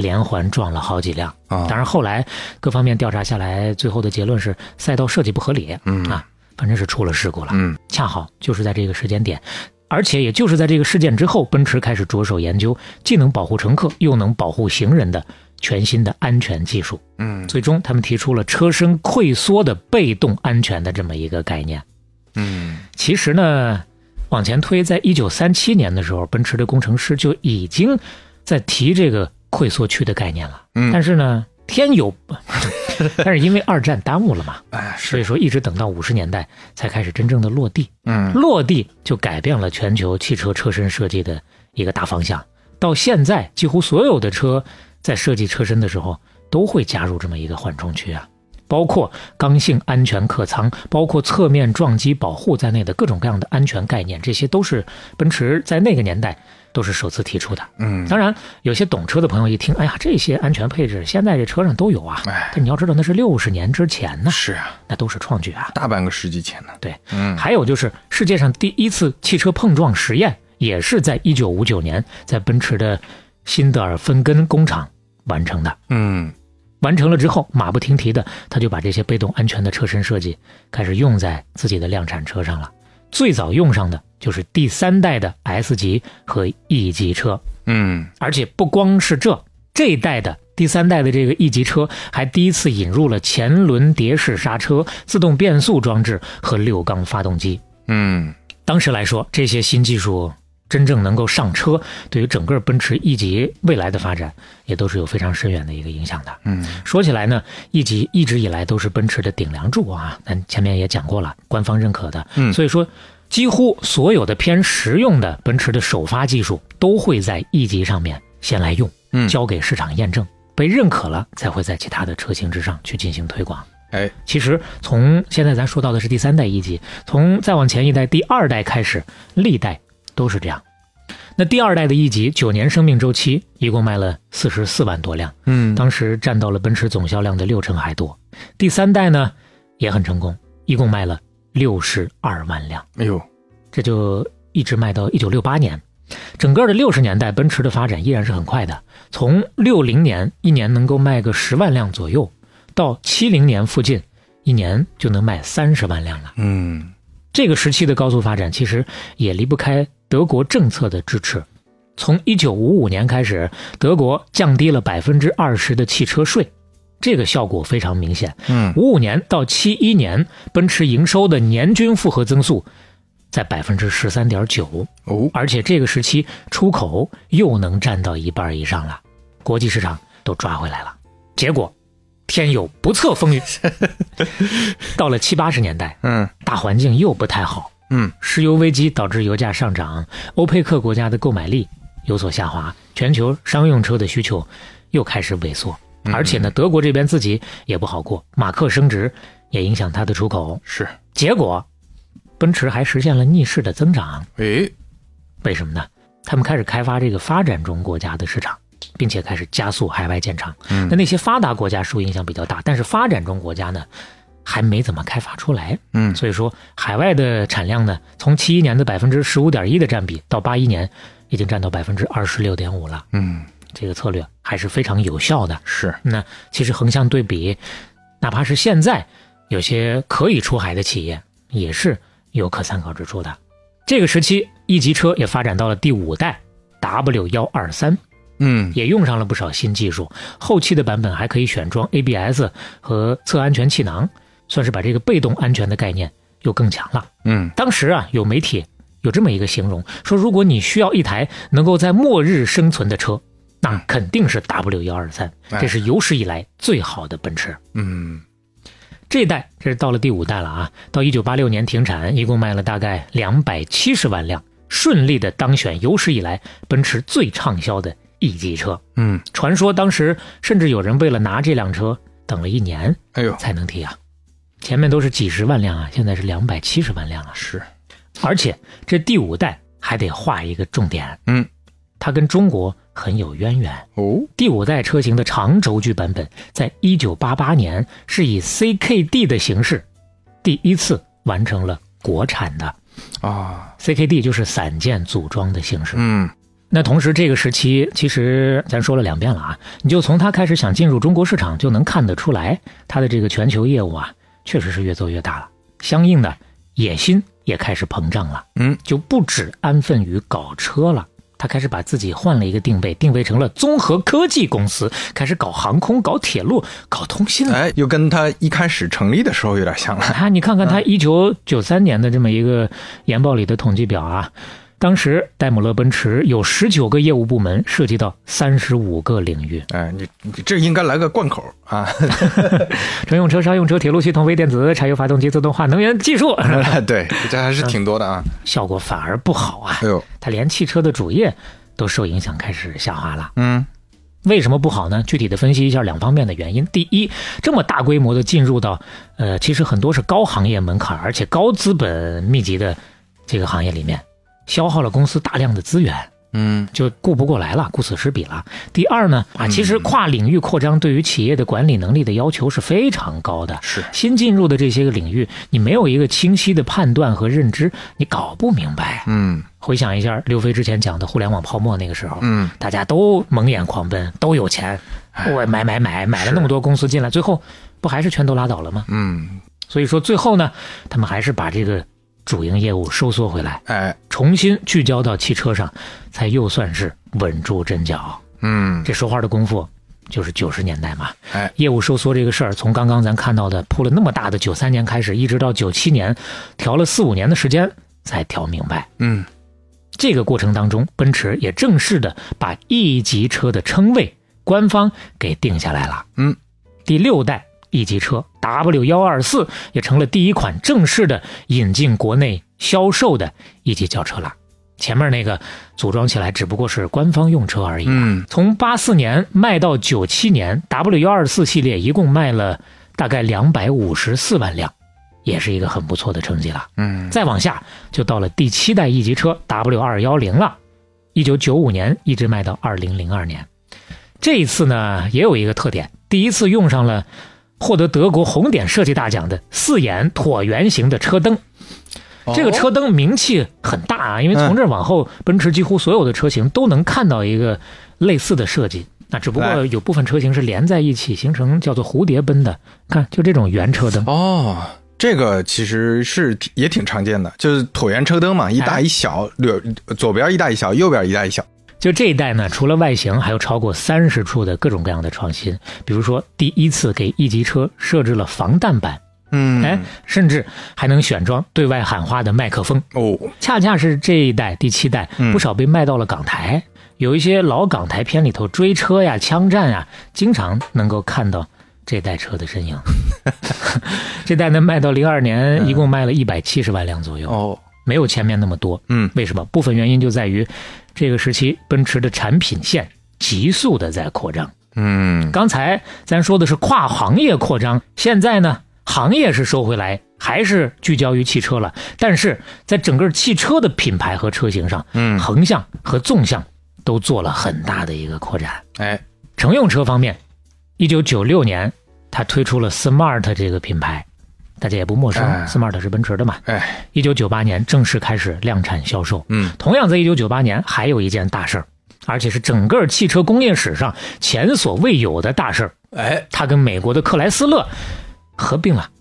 B: 连环撞了好几辆。当然后来各方面调查下来，最后的结论是赛道设计不合理，反正是出了事故了。恰好就是在这个时间点，而且也就是在这个事件之后，奔驰开始着手研究既能保护乘客又能保护行人的全新的安全技术。最终他们提出了车身溃缩的被动安全的这么一个概念。其实呢，往前推，在1937年的时候，奔驰的工程师就已经在提这个溃缩区的概念了。但是呢，但是因为二战耽误了嘛，所以说一直等到50年代才开始真正的落地。落地就改变了全球汽车车身设计的一个大方向。到现在，几乎所有的车在设计车身的时候都会加入这么一个缓冲区啊。包括刚性安全客舱，包括侧面撞击保护在内的各种各样的安全概念，这些都是奔驰在那个年代都是首次提出的。当然有些懂车的朋友一听，哎呀，这些安全配置现在这车上都有啊，但你要知道那是60年之前呢。是啊，那都是创举啊，
C: 大半个世纪前呢。
B: 对，还有就是世界上第一次汽车碰撞实验也是在1959年在奔驰的辛德尔芬根工厂完成的。完成了之后，马不停蹄的他就把这些被动安全的车身设计开始用在自己的量产车上了。最早用上的就是第3代的 S 级和 E 级车。而且不光是这一代的第3代的这个 E 级车还第一次引入了前轮碟式刹车、自动变速装置和6缸发动机。当时来说，这些新技术真正能够上车，对于整个奔驰 E 级未来的发展也都是有非常深远的一个影响的。说起来呢，E 级一直以来都是奔驰的顶梁柱啊，咱前面也讲过了，官方认可的。所以说几乎所有的偏实用的奔驰的首发技术都会在 E 级上面先来用，交给市场验证，被认可了才会在其他的车型之上去进行推广。其实从现在咱说到的是第3代 E 级，从再往前一代第2代开始，历代都是这样。那第2代的 E 级9年生命周期，一共卖了44万多辆，当时占到了奔驰总销量的60%还多。第3代呢也很成功，一共卖了62万辆。这就一直卖到1968年。整个的60年代，奔驰的发展依然是很快的，从60年一年能够卖个10万辆左右，到70年附近一年就能卖30万辆了。这个时期的高速发展其实也离不开德国政策的支持。从1955年开始，德国降低了20%的汽车税，这个效果非常明显。55年到71年，奔驰营收的年均复合增速在 13.9%，而且这个时期出口又能占到1半以上了，国际市场都抓回来了。结果天有不测风云，到了70、80年代，大环境又不太好。石油危机导致油价上涨，欧佩克国家的购买力有所下滑，全球商用车的需求又开始萎缩。而且呢，德国这边自己也不好过，马克升值也影响它的出口。结果奔驰还实现了逆势的增长。为什么呢？他们开始开发这个发展中国家的市场，并且开始加速海外建厂。那些发达国家受影响比较大，但是发展中国家呢还没怎么开发出来。所以说海外的产量呢，从71年的 15.1% 的占比，到81年已经占到 26.5% 了。这个策略还是非常有效的。那其实横向对比，哪怕是现在有些可以出海的企业也是有可参考之处的。这个时期 E 级车也发展到了第5代 W123，也用上了不少新技术，后期的版本还可以选装 ABS 和侧安全气囊，算是把这个被动安全的概念又更强了。当时啊，有媒体有这么一个形容，说如果你需要一台能够在末日生存的车，那肯定是 W123，这是有史以来最好的奔驰。这一代这是到了第5代了啊，到1986年停产，一共卖了大概270万辆，顺利的当选有史以来奔驰最畅销的 E 级车。传说当时甚至有人为了拿这辆车等了1年才能提啊。前面都是几十万辆啊，现在是270万辆啊。而且这第5代还得画一个重点，它跟中国很有渊源。第5代车型的长轴距版本在1988年是以 CKD 的形式第一次完成了国产的。CKD 就是散件组装的形式。 那同时这个时期其实咱说了2遍了啊，你就从他开始想进入中国市场就能看得出来，他的这个全球业务啊确实是越做越大了，相应的野心也开始膨胀了，就不只安分于搞车了，他开始把自己换了一个定位成了综合科技公司，开始搞航空、搞铁路、搞通信了。
C: 又跟他一开始成立的时候有点像了。
B: 你看看他1993年的这么一个研报里的统计表啊，当时戴姆勒奔驰有19个业务部门，涉及到35个领域。
C: 你这应该来个贯口啊！
B: 乘用车、商用车、铁路系统、微电子、柴油发动机、自动化、能源技术。
C: 对，这还是挺多的啊。
B: 效果反而不好啊！它连汽车的主业都受影响，开始下滑了。为什么不好呢？具体的分析一下2方面的原因。第一，这么大规模的进入到其实很多是高行业门槛而且高资本密集的这个行业里面，消耗了公司大量的资源，就顾不过来了，顾此失彼了。第二呢，其实跨领域扩张对于企业的管理能力的要求是非常高的。
C: 是
B: 新进入的这些个领域，你没有一个清晰的判断和认知，你搞不明白。回想一下刘飞之前讲的互联网泡沫那个时候，大家都蒙眼狂奔，都有钱，我买了那么多公司进来，最后不还是全都拉倒了吗？所以说最后呢，他们还是把这个主营业务收缩回来，重新聚焦到汽车上，才又算是稳住阵脚。这说话的功夫就是90年代嘛。业务收缩这个事儿，从刚刚咱看到的铺了那么大的93年开始，一直到97年，调了4-5年的时间才调明白。这个过程当中，奔驰也正式的把 E 级车的称谓官方给定下来了。第6代 E 级车 W124 也成了第一款正式的引进国内销售的一级轿车了。前面那个组装起来只不过是官方用车而已。从84年卖到97年 W124 系列一共卖了大概254万辆，也是一个很不错的成绩了。再往下就到了第7代 E 级车 W210 了，1995年一直卖到2002年。这一次呢也有一个特点，第一次用上了获得德国红点设计大奖的4眼椭圆形的车灯。这个车灯名气很大啊，因为从这往后奔驰几乎所有的车型都能看到一个类似的设计，那只不过有部分车型是连在一起形成叫做蝴蝶奔的，看就这种圆车灯。
C: 这个其实是也挺常见的，就是椭圆车灯嘛，一大一小，左边一大一小，右边一大一小。
B: 就这一代呢，除了外形，还有超过30处的各种各样的创新。比如说，第一次给 E 级车设置了防弹板，甚至还能选装对外喊话的麦克风。恰恰是这一代第7代，不少被卖到了港台。有一些老港台片里头追车呀、枪战呀，经常能够看到这代车的身影。这代呢卖到02年，一共卖了170万辆左右。没有前面那么多。为什么？部分原因就在于这个时期奔驰的产品线急速的在扩张。刚才咱说的是跨行业扩张，现在呢行业是收回来，还是聚焦于汽车了，但是在整个汽车的品牌和车型上，横向和纵向都做了很大的一个扩展。乘用车方面，1996年他推出了 Smart 这个品牌，大家也不陌生，Smart 是奔驰的嘛。1998年正式开始量产销售。同样在1998年还有一件大事儿，而且是整个汽车工业史上前所未有的大事儿。它跟美国的克莱斯勒合并了。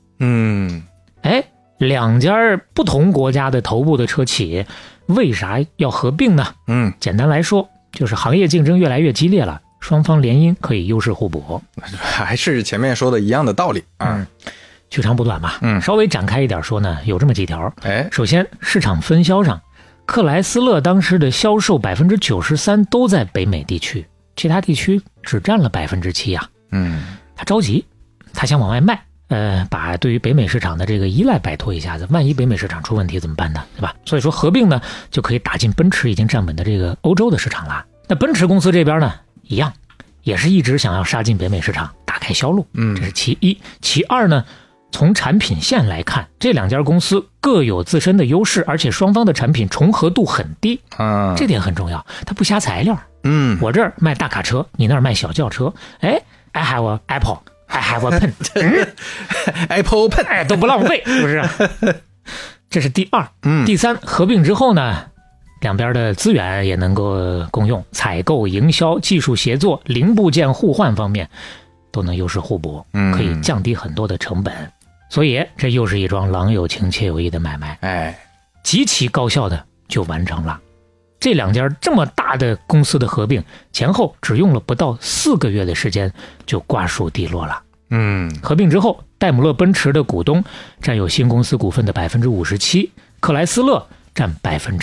B: 两家不同国家的头部的车企为啥要合并呢？简单来说，就是行业竞争越来越激烈了，双方联姻可以优势互补。
C: 还是前面说的一样的道理啊。
B: 取长补短吧。稍微展开一点说呢，有这么几条。首先，市场分销上，克莱斯勒当时的销售93%都在北美地区，其他地区只占了7%呀。他着急，他想往外卖，把对于北美市场的这个依赖摆脱一下子，万一北美市场出问题怎么办呢？对吧？所以说合并呢，就可以打进奔驰已经站稳的这个欧洲的市场了。那奔驰公司这边呢，一样，也是一直想要杀进北美市场，打开销路。这是其一。其二呢，从产品线来看，这两家公司各有自身的优势，而且双方的产品重合度很低。这点很重要，它不瞎材料。我这儿卖大卡车，你那儿卖小轿车。I have a Apple, I have a pen.
C: Apple pen，
B: 都不浪费，是不是？这是第二。第三，合并之后呢， 两边的资源也能够共用，采购、营销、技术协作、零部件互换方面都能优势互补，可以降低很多的成本。所以这又是一桩郎有情妾有意的买卖，极其高效的就完成了。这两家这么大的公司的合并，前后只用了不到4个月的时间就挂树地落了。合并之后，戴姆勒奔驰的股东占有新公司股份的57%，克莱斯勒占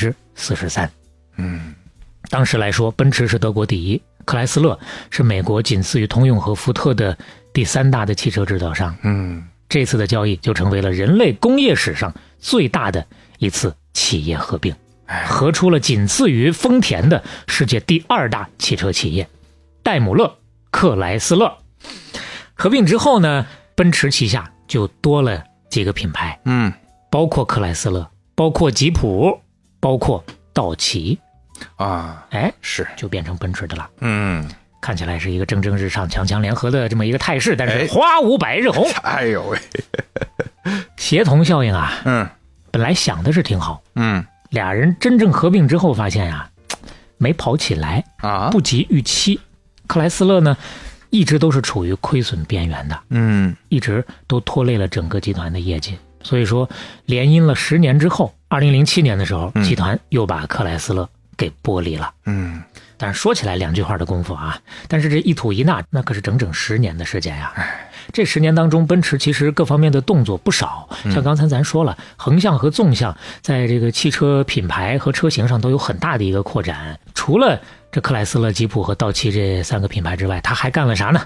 B: 43%。当时来说，奔驰是德国第一，克莱斯勒是美国仅次于通用和福特的第3大的汽车制造商。这次的交易就成为了人类工业史上最大的一次企业合并，合出了仅次于丰田的世界第2大汽车企业戴姆勒克莱斯勒。合并之后呢，奔驰旗下就多了几个品牌，包括克莱斯勒，包括吉普，包括道奇是就变成奔驰的了。看起来是一个蒸蒸日上、强强联合的这么一个态势，但是花无百日红。
C: 哎呦喂，
B: 协同效应啊，本来想的是挺好，俩人真正合并之后发现啊，没跑起来不及预期。克莱斯勒呢，一直都是处于亏损边缘的，一直都拖累了整个集团的业绩。所以说，连阴了10年之后，2007年的时候，集团又把克莱斯勒给剥离了。但是说起来2句话的功夫啊，但是这一吐一纳，那可是整整10年的时间呀。这10年当中，奔驰其实各方面的动作不少，像刚才咱说了，横向和纵向在这个汽车品牌和车型上都有很大的一个扩展。除了这克莱斯勒、吉普和道奇这3个品牌之外，他还干了啥呢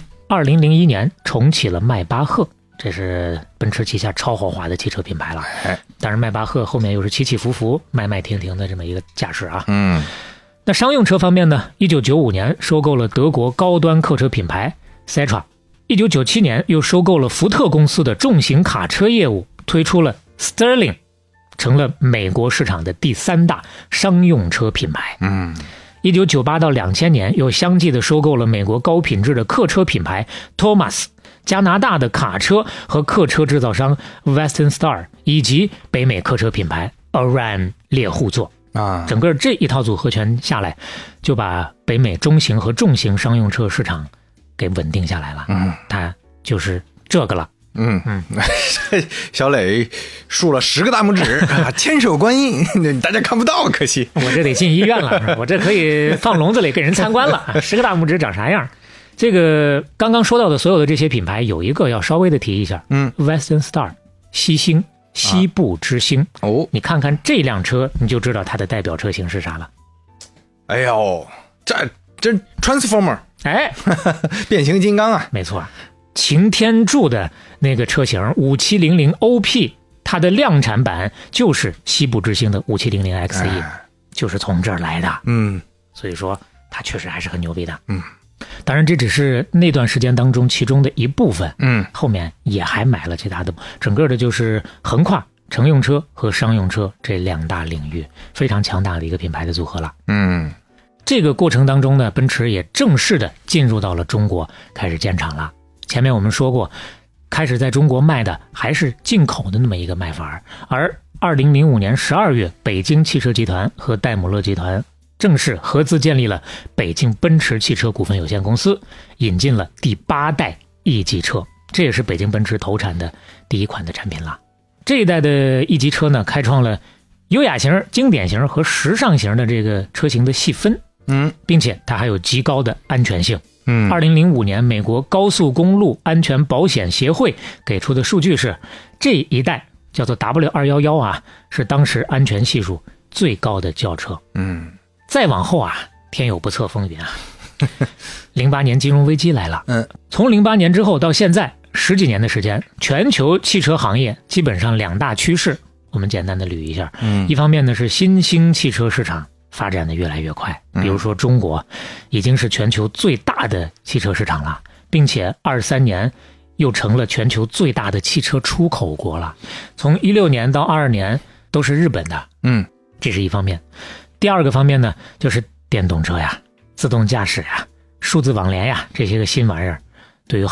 B: ？2001年重启了迈巴赫，这是奔驰旗下超豪华的汽车品牌了。但是迈巴赫后面又是起起伏伏、卖卖停停的这么一个架势啊。那商用车方面呢，1995年收购了德国高端客车品牌 Citroën，1997年又收购了福特公司的重型卡车业务，推出了 Sterling， 成了美国市场的第3大商用车品牌。1998到2000年又相继的收购了美国高品质的客车品牌 Thomas， 加拿大的卡车和客车制造商 Western Star， 以及北美客车品牌 Orion 猎户座。整个这一套组合拳下来，就把北美中型和重型商用车市场给稳定下来了。它就是这个了。
C: 小磊竖了10个大拇指千手观音，大家看不到，可惜
B: 我这得进医院了，我这可以放笼子里给人参观了。10个大拇指长啥样？这个刚刚说到的所有的这些品牌，有一个要稍微的提一下，Western Star 西星，西部之星。你看看这辆车，你就知道它的代表车型是啥了。
C: 哎呦，这 Transformer， 变形金刚啊，
B: 没错。擎天柱的那个车型5700 OP， 它的量产版就是西部之星的5700 XE，就是从这儿来的。所以说它确实还是很牛逼的。当然这只是那段时间当中其中的一部分。后面也还买了其他的，整个的就是横跨乘用车和商用车这2大领域，非常强大的一个品牌的组合了。这个过程当中呢，奔驰也正式的进入到了中国，开始建厂了。前面我们说过，开始在中国卖的还是进口的那么一个卖法，而2005年12月，北京汽车集团和戴姆勒集团正式合资建立了北京奔驰汽车股份有限公司，引进了第8代 E 级车，这也是北京奔驰投产的第1款的产品了。这一代的 E 级车呢，开创了优雅型、经典型和时尚型的这个车型的细分，并且它还有极高的安全性。2005年美国高速公路安全保险协会给出的数据是，这一代叫做 W211 啊，是当时安全系数最高的轿车。再往后啊，天有不测风云啊。08年金融危机来了。从08年之后到现在10几年的时间，全球汽车行业基本上2大趋势，我们简单的捋一下。一方面呢是新兴汽车市场发展的越来越快，比如说中国已经是全球最大的汽车市场了，并且23年又成了全球最大的汽车出口国了。从16年到22年都是日本的。这是一方面。第二个方面呢，就是电动车呀、自动驾驶呀、数字网联呀，这些个新玩意儿对于行业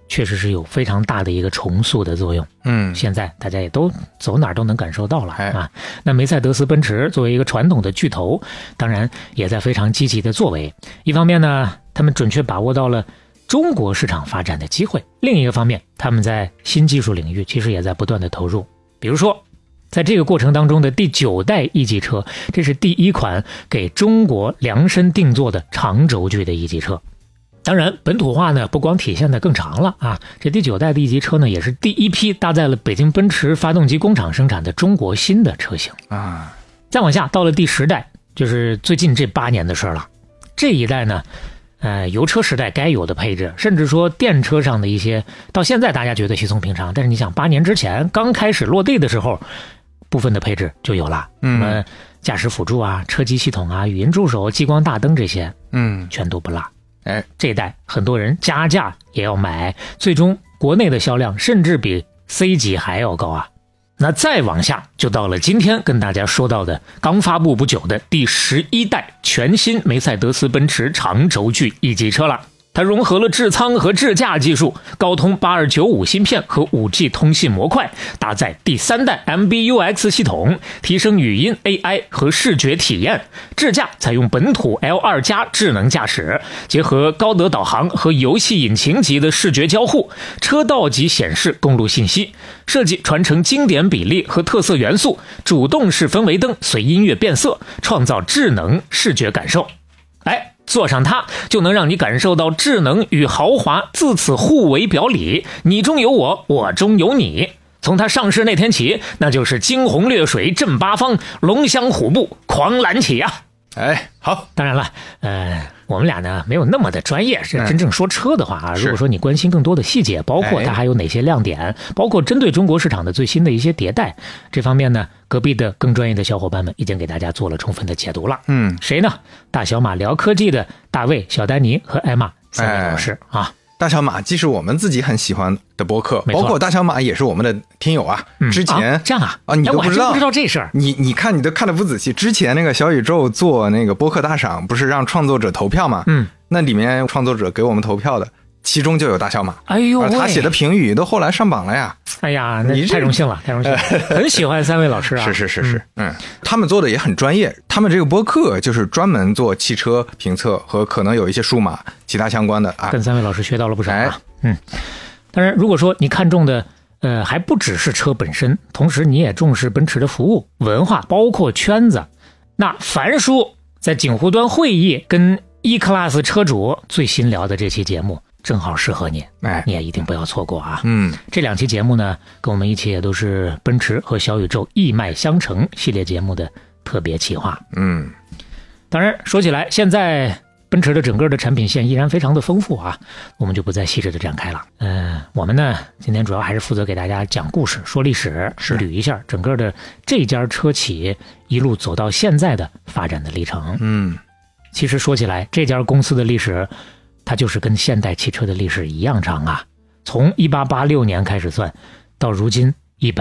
B: 确实是有非常大的一个重塑的作用。现在大家也都走哪儿都能感受到了啊。那梅赛德斯奔驰作为一个传统的巨头，当然也在非常积极的作为。一方面呢，他们准确把握到了中国市场发展的机会；另一个方面，他们在新技术领域其实也在不断的投入。比如说，在这个过程当中的第9代 E 级车，这是第一款给中国量身定做的长轴距的 E 级车。当然，本土化呢不光体现的更长了啊，这第9代的 E 级车呢也是第一批搭载了北京奔驰发动机工厂生产的中国新的车型啊。再往下到了第10代，就是最近这8年的事了。这一代呢，油车时代该有的配置，甚至说电车上的一些，到现在大家觉得稀松平常，但是你想8年之前刚开始落地的时候，部分的配置就有了，什么驾驶辅助啊、车机系统啊、语音助手、激光大灯这些，全都不落。这一代很多人加价也要买，最终国内的销量甚至比 C 级还要高啊。那再往下就到了今天跟大家说到的刚发布不久的第11代全新梅赛德斯奔驰长轴距 E 级车了。它融合了智舱和智驾技术，高通8295芯片和 5G 通信模块，搭载第3代 MBUX 系统，提升语音 AI 和视觉体验。智驾采用本土 L2+ 智能驾驶，结合高德导航和游戏引擎级的视觉交互，车道级显示公路信息，设计传承经典比例和特色元素，主动式氛围灯随音乐变色，创造智能视觉感受。坐上它就能让你感受到智能与豪华自此互为表里，你中有我，我中有你。从它上市那天起，那就是惊鸿掠水震八方，龙翔虎步狂澜起啊！
C: 好，
B: 当然了，我们俩呢没有那么的专业，是真正说车的话啊，如果说你关心更多的细节，包括它还有哪些亮点，包括针对中国市场的最新的一些迭代，这方面呢，隔壁的更专业的小伙伴们已经给大家做了充分的解读了。谁呢？大小马聊科技的大卫、小丹尼和艾玛3位老师啊。
C: 大小马既是我们自己很喜欢的播客，包括大小马也是我们的听友啊。之前
B: 这样啊，
C: 你都不知道，
B: 我还真不知道这事儿。
C: 你看你都看得不仔细。之前那个小宇宙做那个播客大赏，不是让创作者投票吗？那里面创作者给我们投票的，其中就有大小马。
B: 哎呦，
C: 他写的评语都后来上榜了呀。
B: 哎呀，那太荣幸了，太荣幸了，很喜欢3位老师啊。
C: 是，他们做的也很专业。他们这个播客就是专门做汽车评测和可能有一些数码其他相关的啊。
B: 跟3位老师学到了不少啊。当然，如果说你看中的还不只是车本身，同时你也重视奔驰的服务、文化，包括圈子，那樊叔在锦湖端会议跟 E-Class 车主最新聊的这期节目正好适合你，你也一定不要错过啊。这2期节目呢，跟我们一起也都是奔驰和小宇宙一脉相承系列节目的特别企划。当然说起来，现在奔驰的整个的产品线依然非常的丰富啊，我们就不再细致的展开了。我们呢今天主要还是负责给大家讲故事、说历史，捋一下整个的这家车企一路走到现在的发展的历程。其实说起来，这家公司的历史它就是跟现代汽车的历史一样长啊，从1886年开始算，到如今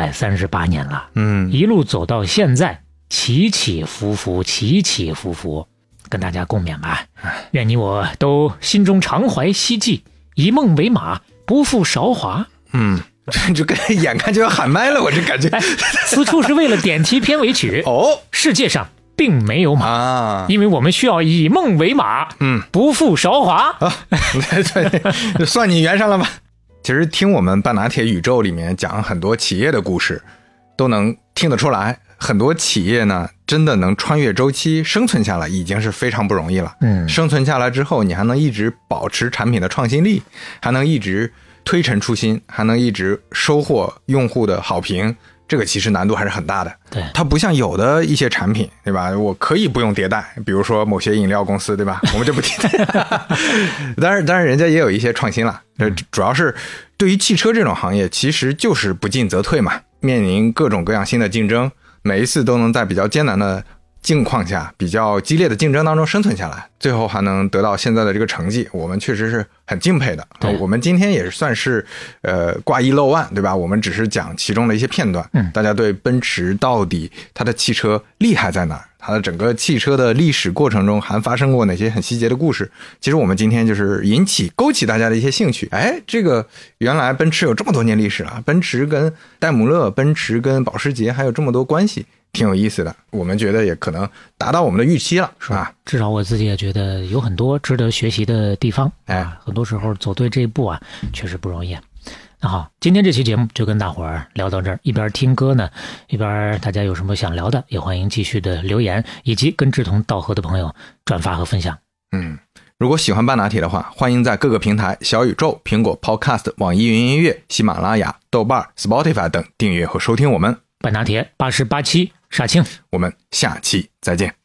B: 138年了。一路走到现在，起起伏伏，起起伏伏，跟大家共勉吧。愿你我都心中常怀希冀，以梦为马，不负韶华。
C: 这跟眼看就要喊麦了，我这感觉。
B: 此处是为了点题片尾曲。世界上并没有马，因为我们需要以梦为马，不负韶华。
C: 对，算你圆上了吧。其实听我们半拿铁宇宙里面讲很多企业的故事，都能听得出来，很多企业呢真的能穿越周期生存下来，已经是非常不容易了。生存下来之后，你还能一直保持产品的创新力，还能一直推陈出新，还能一直收获用户的好评，这个其实难度还是很大的。
B: 对，
C: 它不像有的一些产品，对吧？我可以不用迭代，比如说某些饮料公司，对吧？我们就不迭代。当然人家也有一些创新了。主要是对于汽车这种行业，其实就是不进则退嘛，面临各种各样新的竞争，每一次都能在比较艰难的境况下比较激烈的竞争当中生存下来，最后还能得到现在的这个成绩，我们确实是很敬佩的。我们今天也算是挂一漏万，对吧？我们只是讲其中的一些片段，大家对奔驰到底它的汽车厉害在哪儿，它的整个汽车的历史过程中还发生过哪些很细节的故事，其实我们今天就是勾起大家的一些兴趣。这个原来奔驰有这么多年历史了，奔驰跟戴姆勒，奔驰跟保时捷还有这么多关系，挺有意思的。我们觉得也可能达到我们的预期了，是吧？
B: 至少我自己也觉得有很多值得学习的地方。很多时候走对这一步啊，确实不容易。那好，今天这期节目就跟大伙儿聊到这儿，一边听歌呢，一边大家有什么想聊的，也欢迎继续的留言，以及跟志同道合的朋友转发和分享。
C: 如果喜欢半拿铁的话，欢迎在各个平台小宇宙、苹果 Podcast、网易云音乐、喜马拉雅、豆瓣、Spotify 等订阅和收听我们
B: 半拿铁88期杀青，
C: 我们下期再见。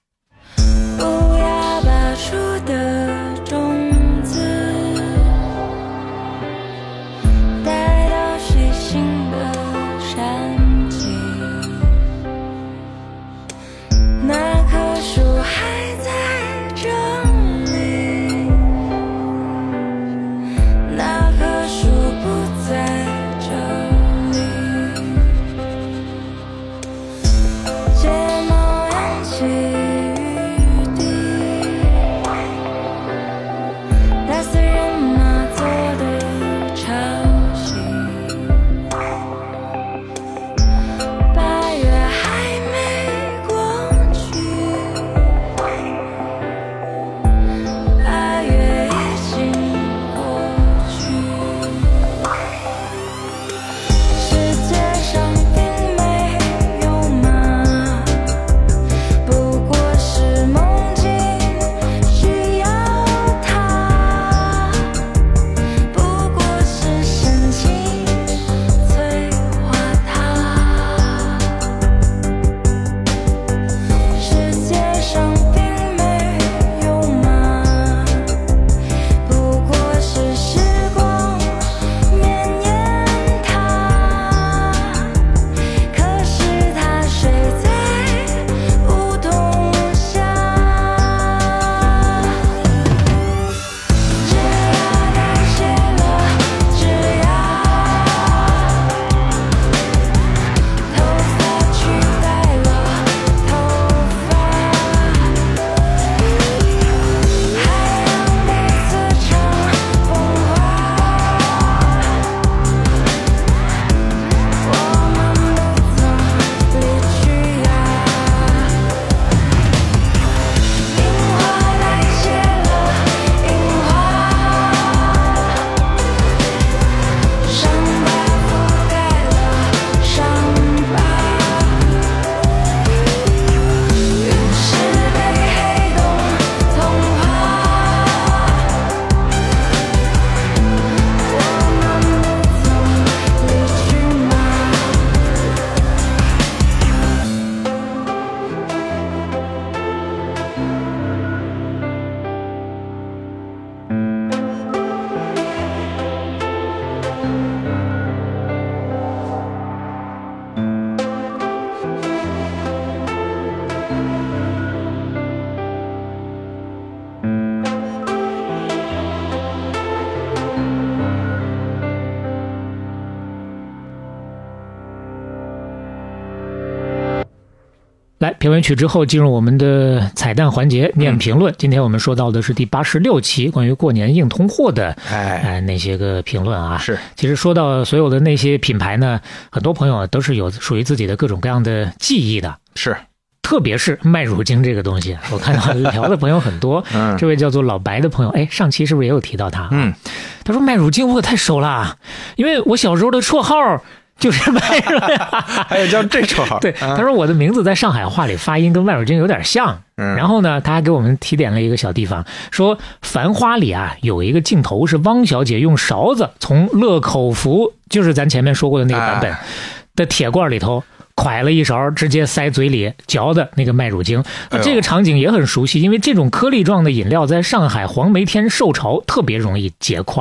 B: 来，片尾曲之后进入我们的彩蛋环节，念评论。今天我们说到的是第86期关于过年硬通货的那些个评论啊。
C: 是，
B: 其实说到所有的那些品牌呢，很多朋友都是有属于自己的各种各样的记忆的。
C: 是。
B: 特别是麦乳精这个东西，我看到聊的朋友很多。这位叫做老白的朋友，上期是不是也有提到他？他说麦乳精我可太熟了，因为我小时候的绰号就是麦乳，
C: 还有叫这绰号。
B: 对，他说我的名字在上海话里发音跟麦乳精有点像。然后呢，他还给我们提点了一个小地方，说《繁花》里啊有一个镜头是汪小姐用勺子从乐口福，就是咱前面说过的那个版本的铁罐里头蒯了一勺，直接塞嘴里嚼的那个麦乳精。这个场景也很熟悉，因为这种颗粒状的饮料在上海黄梅天受潮特别容易结块。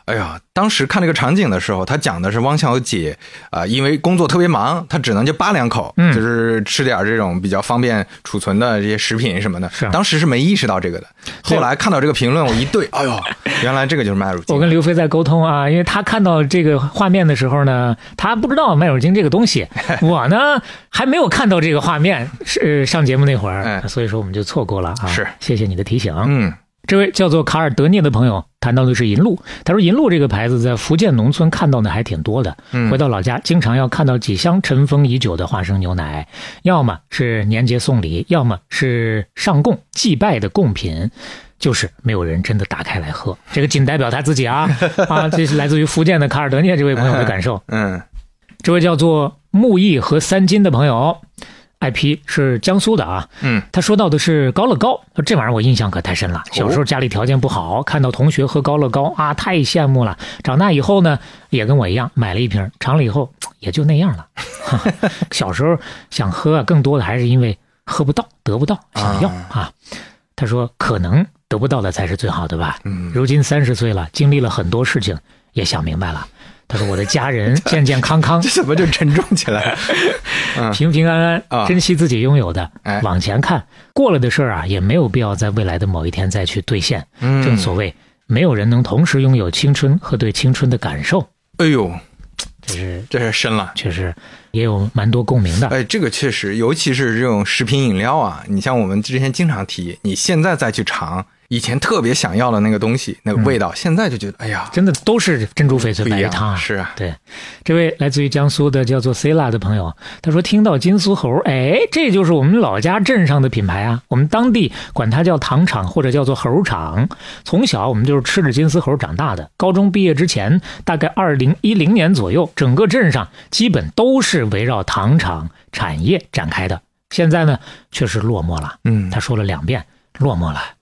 C: 哎呀，当时看这个场景的时候，他讲的是汪小姐因为工作特别忙，她只能就扒2口，就是吃点这种比较方便储存的这些食品什么的。当时是没意识到这个的，后来看到这个评论，我一对，哎呦，原来这个就是麦乳精。
B: 我跟刘飞在沟通啊，因为他看到这个画面的时候呢，他不知道麦乳精这个东西，我呢还没有看到这个画面，是上节目那会儿，所以说我们就错过了啊。
C: 是，
B: 谢谢你的提醒。这位叫做卡尔德涅的朋友谈到的是银鹭，他说银鹭这个牌子在福建农村看到的还挺多的，回到老家经常要看到几箱尘封已久的花生牛奶，要么是年节送礼，要么是上供祭拜的贡品，就是没有人真的打开来喝。这个仅代表他自己啊，这是来自于福建的卡尔德涅这位朋友的感受。这位叫做木易和3斤的朋友IP 是江苏的啊，他说到的是高乐高，这玩意儿我印象可太深了。小时候家里条件不好，看到同学喝高乐高啊，太羡慕了。长大以后呢，也跟我一样买了一瓶，尝了以后也就那样了。小时候想喝，更多的还是因为喝不到、得不到，想要啊。他说可能得不到的才是最好的吧。如今30岁了，经历了很多事情，也想明白了。他说我的家人健健康康，
C: 这怎么就沉重起来
B: 平平安安，珍惜自己拥有的，往前看，过了的事儿啊，也没有必要在未来的某一天再去兑现。正所谓没有人能同时拥有青春和对青春的感受。
C: 哎呦，
B: 这
C: 是深了，
B: 确实也有蛮多共鸣的。
C: 这个确实，尤其是这种食品饮料啊，你像我们之前经常提，你现在再去尝以前特别想要的那个东西，那个味道，现在就觉得哎呀，
B: 真的都是珍珠翡翠白玉汤啊！
C: 是啊，
B: 对。这位来自于江苏的叫做 Cila 的朋友，他说听到金丝猴，这就是我们老家镇上的品牌啊，我们当地管它叫糖厂或者叫做猴厂。从小我们就是吃着金丝猴长大的。高中毕业之前，大概2010年左右，整个镇上基本都是围绕糖厂产业展开的。现在呢，确实落寞了。他说了2遍，落寞了。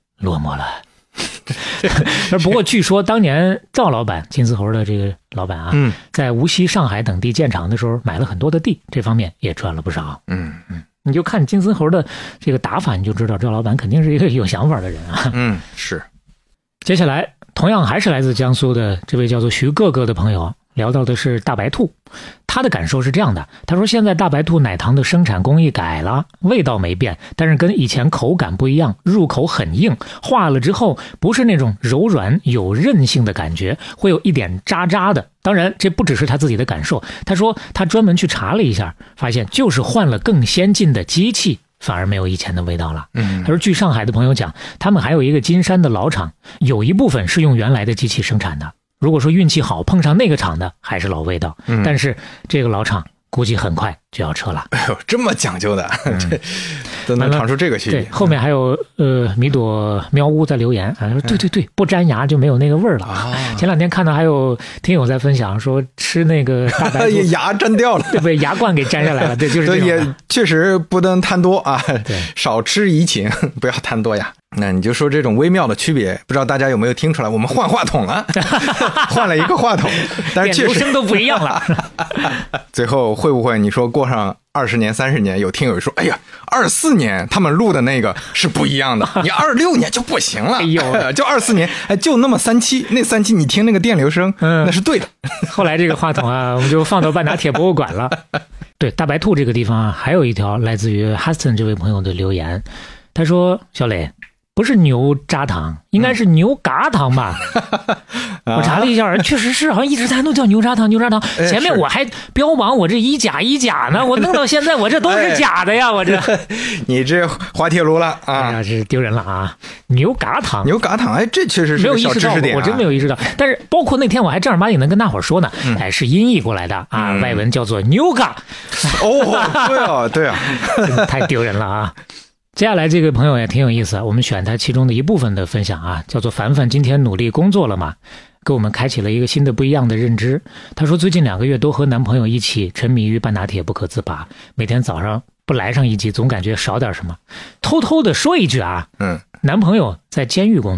B: 不过据说当年赵老板，金丝猴的这个老板啊，在无锡、上海等地建厂的时候买了很多的地，这方面也赚了不少。你就看金丝猴的这个打法，你就知道赵老板肯定是一个有想法的人啊。
C: 是。
B: 接下来同样还是来自江苏的这位叫做徐哥哥的朋友，聊到的是大白兔。他的感受是这样的，他说现在大白兔奶糖的生产工艺改了，味道没变，但是跟以前口感不一样，入口很硬，化了之后不是那种柔软有韧性的感觉，会有一点渣渣的。当然这不只是他自己的感受，他说他专门去查了一下，发现就是换了更先进的机器，反而没有以前的味道了。他说据上海的朋友讲，他们还有一个金山的老厂，有一部分是用原来的机器生产的，如果说运气好碰上那个厂的还是老味道，但是这个老厂估计很快就要撤了。
C: 哎呦，这么讲究的，这都能尝出这个区别。
B: 对，后面还有米朵喵屋在留言啊，说对，不粘牙就没有那个味儿了。前2天看到还有听友在分享说吃那个大白兔
C: 牙粘掉了，
B: 对不对？牙冠给粘下来了，对，就是这种。
C: 也确实不能贪多啊，少吃怡情，不要贪多呀。那你就说这种微妙的区别，不知道大家有没有听出来？我们换话筒了，换了一个话筒，但是确实
B: 声都不一样了。
C: 最后会不会你说过上20年、30年，有听友说，哎呀，24年他们录的那个是不一样的，你26年就不行了。哎呦，就24年，就那么3期，那3期你听那个电流声，那是对的。
B: 后来这个话筒啊，我们就放到半打铁博物馆了。对，大白兔这个地方啊，还有一条来自于 Huston 这位朋友的留言，他说：“小磊。”不是牛轧糖，应该是牛轧糖吧？我查了一下，确实是，好像一直大家都叫牛轧糖。前面我还标榜我这一甲呢，我弄到现在我这都是假的呀，我这。
C: 你这滑铁卢了啊！
B: 哎呀，这是丢人了啊！牛轧糖，
C: 这确实是个小知识点，
B: 我真没有意识到。但是包括那天我还正儿八经的跟大伙儿说呢，是音译过来的啊，外文叫做牛轧。
C: 对啊，
B: 太丢人了啊！接下来这个朋友也挺有意思，我们选他其中的一部分的分享啊，叫做凡凡今天努力工作了嘛，给我们开启了一个新的不一样的认知。他说最近2个月都和男朋友一起沉迷于半打铁不可自拔，每天早上不来上一集总感觉少点什么。偷偷的说一句啊，男朋友在监狱工作，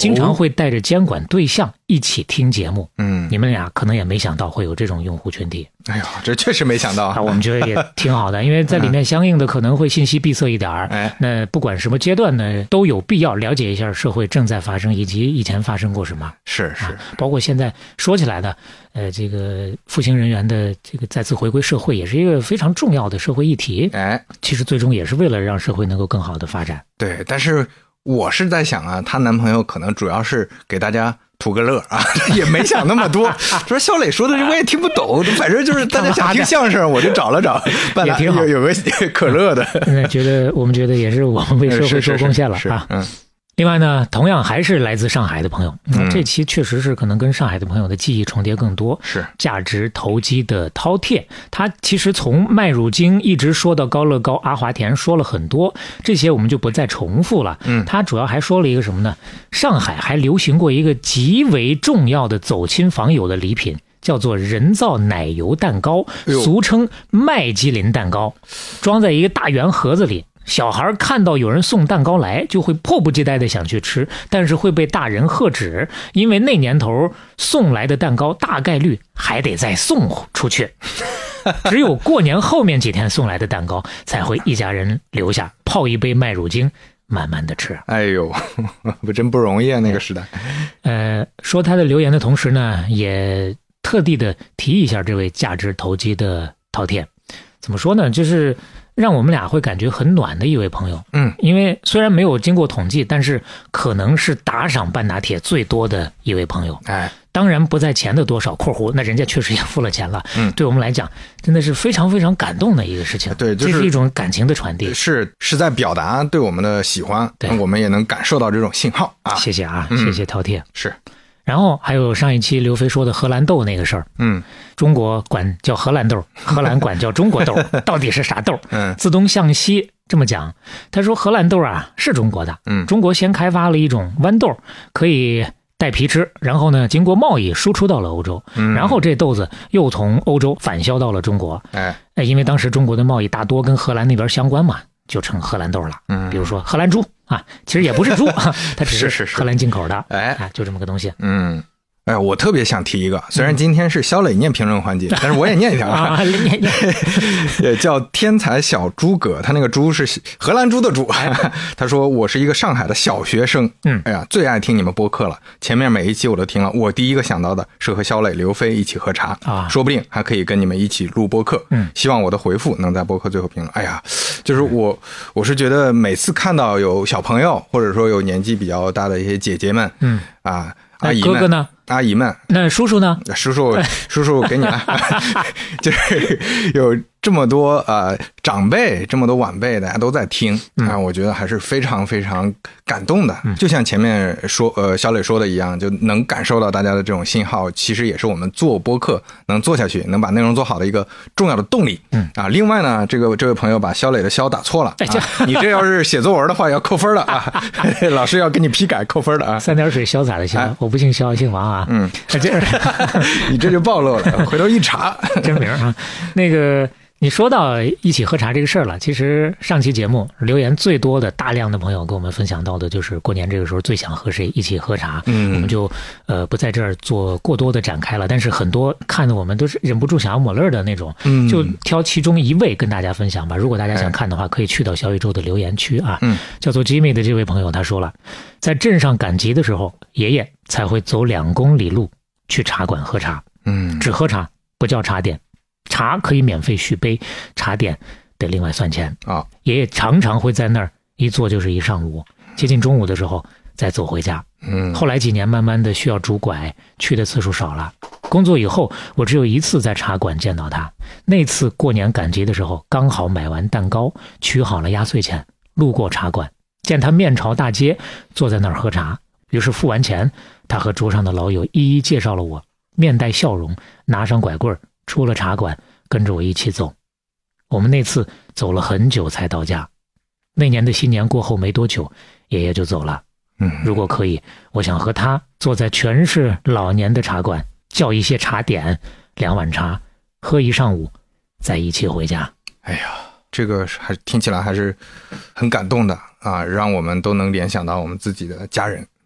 B: 经常会带着监管对象一起听节目。你们俩可能也没想到会有这种用户群体。
C: 哎呦，这确实没想到啊！
B: 我们觉得也挺好的，因为在里面相应的可能会信息闭塞一点那不管什么阶段呢，都有必要了解一下社会正在发生以及以前发生过什么。
C: 是，
B: 包括现在说起来的，这个服刑人员的这个再次回归社会，也是一个非常重要的社会议题。其实最终也是为了让社会能够更好的发展。
C: 对，但是我是在想啊，她男朋友可能主要是给大家图个乐啊，也没想那么多。说肖磊说的我也听不懂，反正就是大家想听相声，我就找了找，
B: 也挺好，
C: 有个可乐的。
B: 我们觉得也是我们为社会做贡献了啊。另外呢，同样还是来自上海的朋友，这期确实是可能跟上海的朋友的记忆重叠更多。
C: 是
B: 价值投机的饕餮，他其实从麦乳精一直说到高乐高、阿华田，说了很多，这些我们就不再重复了。他主要还说了一个什么呢？上海还流行过一个极为重要的走亲访友的礼品，叫做人造奶油蛋糕，俗称麦鸡林蛋糕，装在一个大圆盒子里。小孩看到有人送蛋糕来，就会迫不及待的想去吃，但是会被大人喝止，因为那年头送来的蛋糕大概率还得再送出去，只有过年后面几天送来的蛋糕才会一家人留下，泡一杯麦乳精慢慢的吃。
C: 哎呦，不真不容易啊，那个时代。
B: 说他的留言的同时呢，也特地的提一下这位价值投机的饕餮。怎么说呢，就是让我们俩会感觉很暖的一位朋友。因为虽然没有经过统计，但是可能是打赏半拿铁最多的一位朋友。当然不在钱的多少括弧，那人家确实也付了钱了。对我们来讲真的是非常非常感动的一个事情。
C: 对，
B: 这是一种感情的传递，
C: 是在表达对我们的喜欢，我们也能感受到这种信号啊。
B: 谢谢啊，谢谢饕餮。
C: 是。
B: 然后还有上一期刘飞说的荷兰豆那个事儿，中国管叫荷兰豆，荷兰管叫中国豆，到底是啥豆？自东向西这么讲，他说荷兰豆啊是中国的，中国先开发了一种豌豆，可以带皮吃，然后呢经过贸易输出到了欧洲，然后这豆子又从欧洲返销到了中国。因为当时中国的贸易大多跟荷兰那边相关嘛，就成荷兰豆了。比如说荷兰猪啊，其实也不是猪它只是荷兰进口的。就这么个东西。
C: 我特别想提一个，虽然今天是肖磊念评论环节，但是我也念一条念叫天才小诸葛，他那个猪是荷兰猪的猪。他说我是一个上海的小学生，最爱听你们播客了，前面每一期我都听了，我第一个想到的是和肖磊、刘飞一起喝茶，说不定还可以跟你们一起录播客。希望我的回复能在播客最后评论。就是我是觉得每次看到有小朋友或者说有年纪比较大的一些姐姐们，阿姨们，
B: 哥哥呢？
C: 阿姨们，
B: 那叔叔呢？
C: 叔叔给你了。就是有这么多长辈，这么多晚辈，大家都在听我觉得还是非常非常感动的。就像前面说肖磊说的一样，就能感受到大家的这种信号，其实也是我们做播客能做下去，能把内容做好的一个重要的动力。另外呢，这位朋友把肖磊的肖打错了，你这要是写作文的话要扣分了啊，老师要给你批改扣分的啊。
B: 三点水潇洒的潇，我不姓肖，姓王啊。
C: 你这就暴露了，回头一查
B: 真名啊。那个你说到一起喝茶这个事儿了，其实上期节目留言最多的大量的朋友跟我们分享到的就是过年这个时候最想和谁一起喝茶。我们就不在这儿做过多的展开了，但是很多看的我们都是忍不住想要抹泪的那种，就挑其中一位跟大家分享吧。如果大家想看的话，可以去到小宇宙的留言区啊。叫做 Jimmy 的这位朋友他说了，在镇上赶集的时候，爷爷才会走2公里路去茶馆喝茶。只喝茶不叫茶点，茶可以免费续杯，茶点得另外算钱啊。爷爷常常会在那儿一坐就是一上午，接近中午的时候再走回家。后来几年慢慢的需要拄拐，去的次数少了。工作以后我只有一次在茶馆见到他，那次过年赶集的时候刚好买完蛋糕，取好了压岁钱，路过茶馆，见他面朝大街坐在那儿喝茶，于是付完钱，他和桌上的老友一一介绍了我，面带笑容，拿上拐棍出了茶馆，跟着我一起走。我们那次走了很久才到家。那年的新年过后没多久，爷爷就走了。如果可以，我想和他坐在全是老年的茶馆，叫一些茶点，2碗茶，喝一上午，再一起回家。
C: 哎呀，这个还听起来还是很感动的啊，让我们都能联想到我们自己的家人。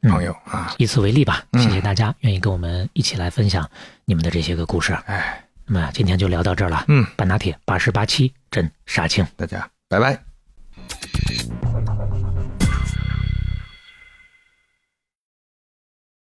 C: 朋友啊，
B: 以此为例吧，谢谢大家愿意跟我们一起来分享你们的这些个故事。
C: 哎，
B: 那么今天就聊到这儿了。半拿铁8087真杀青，
C: 大家拜拜。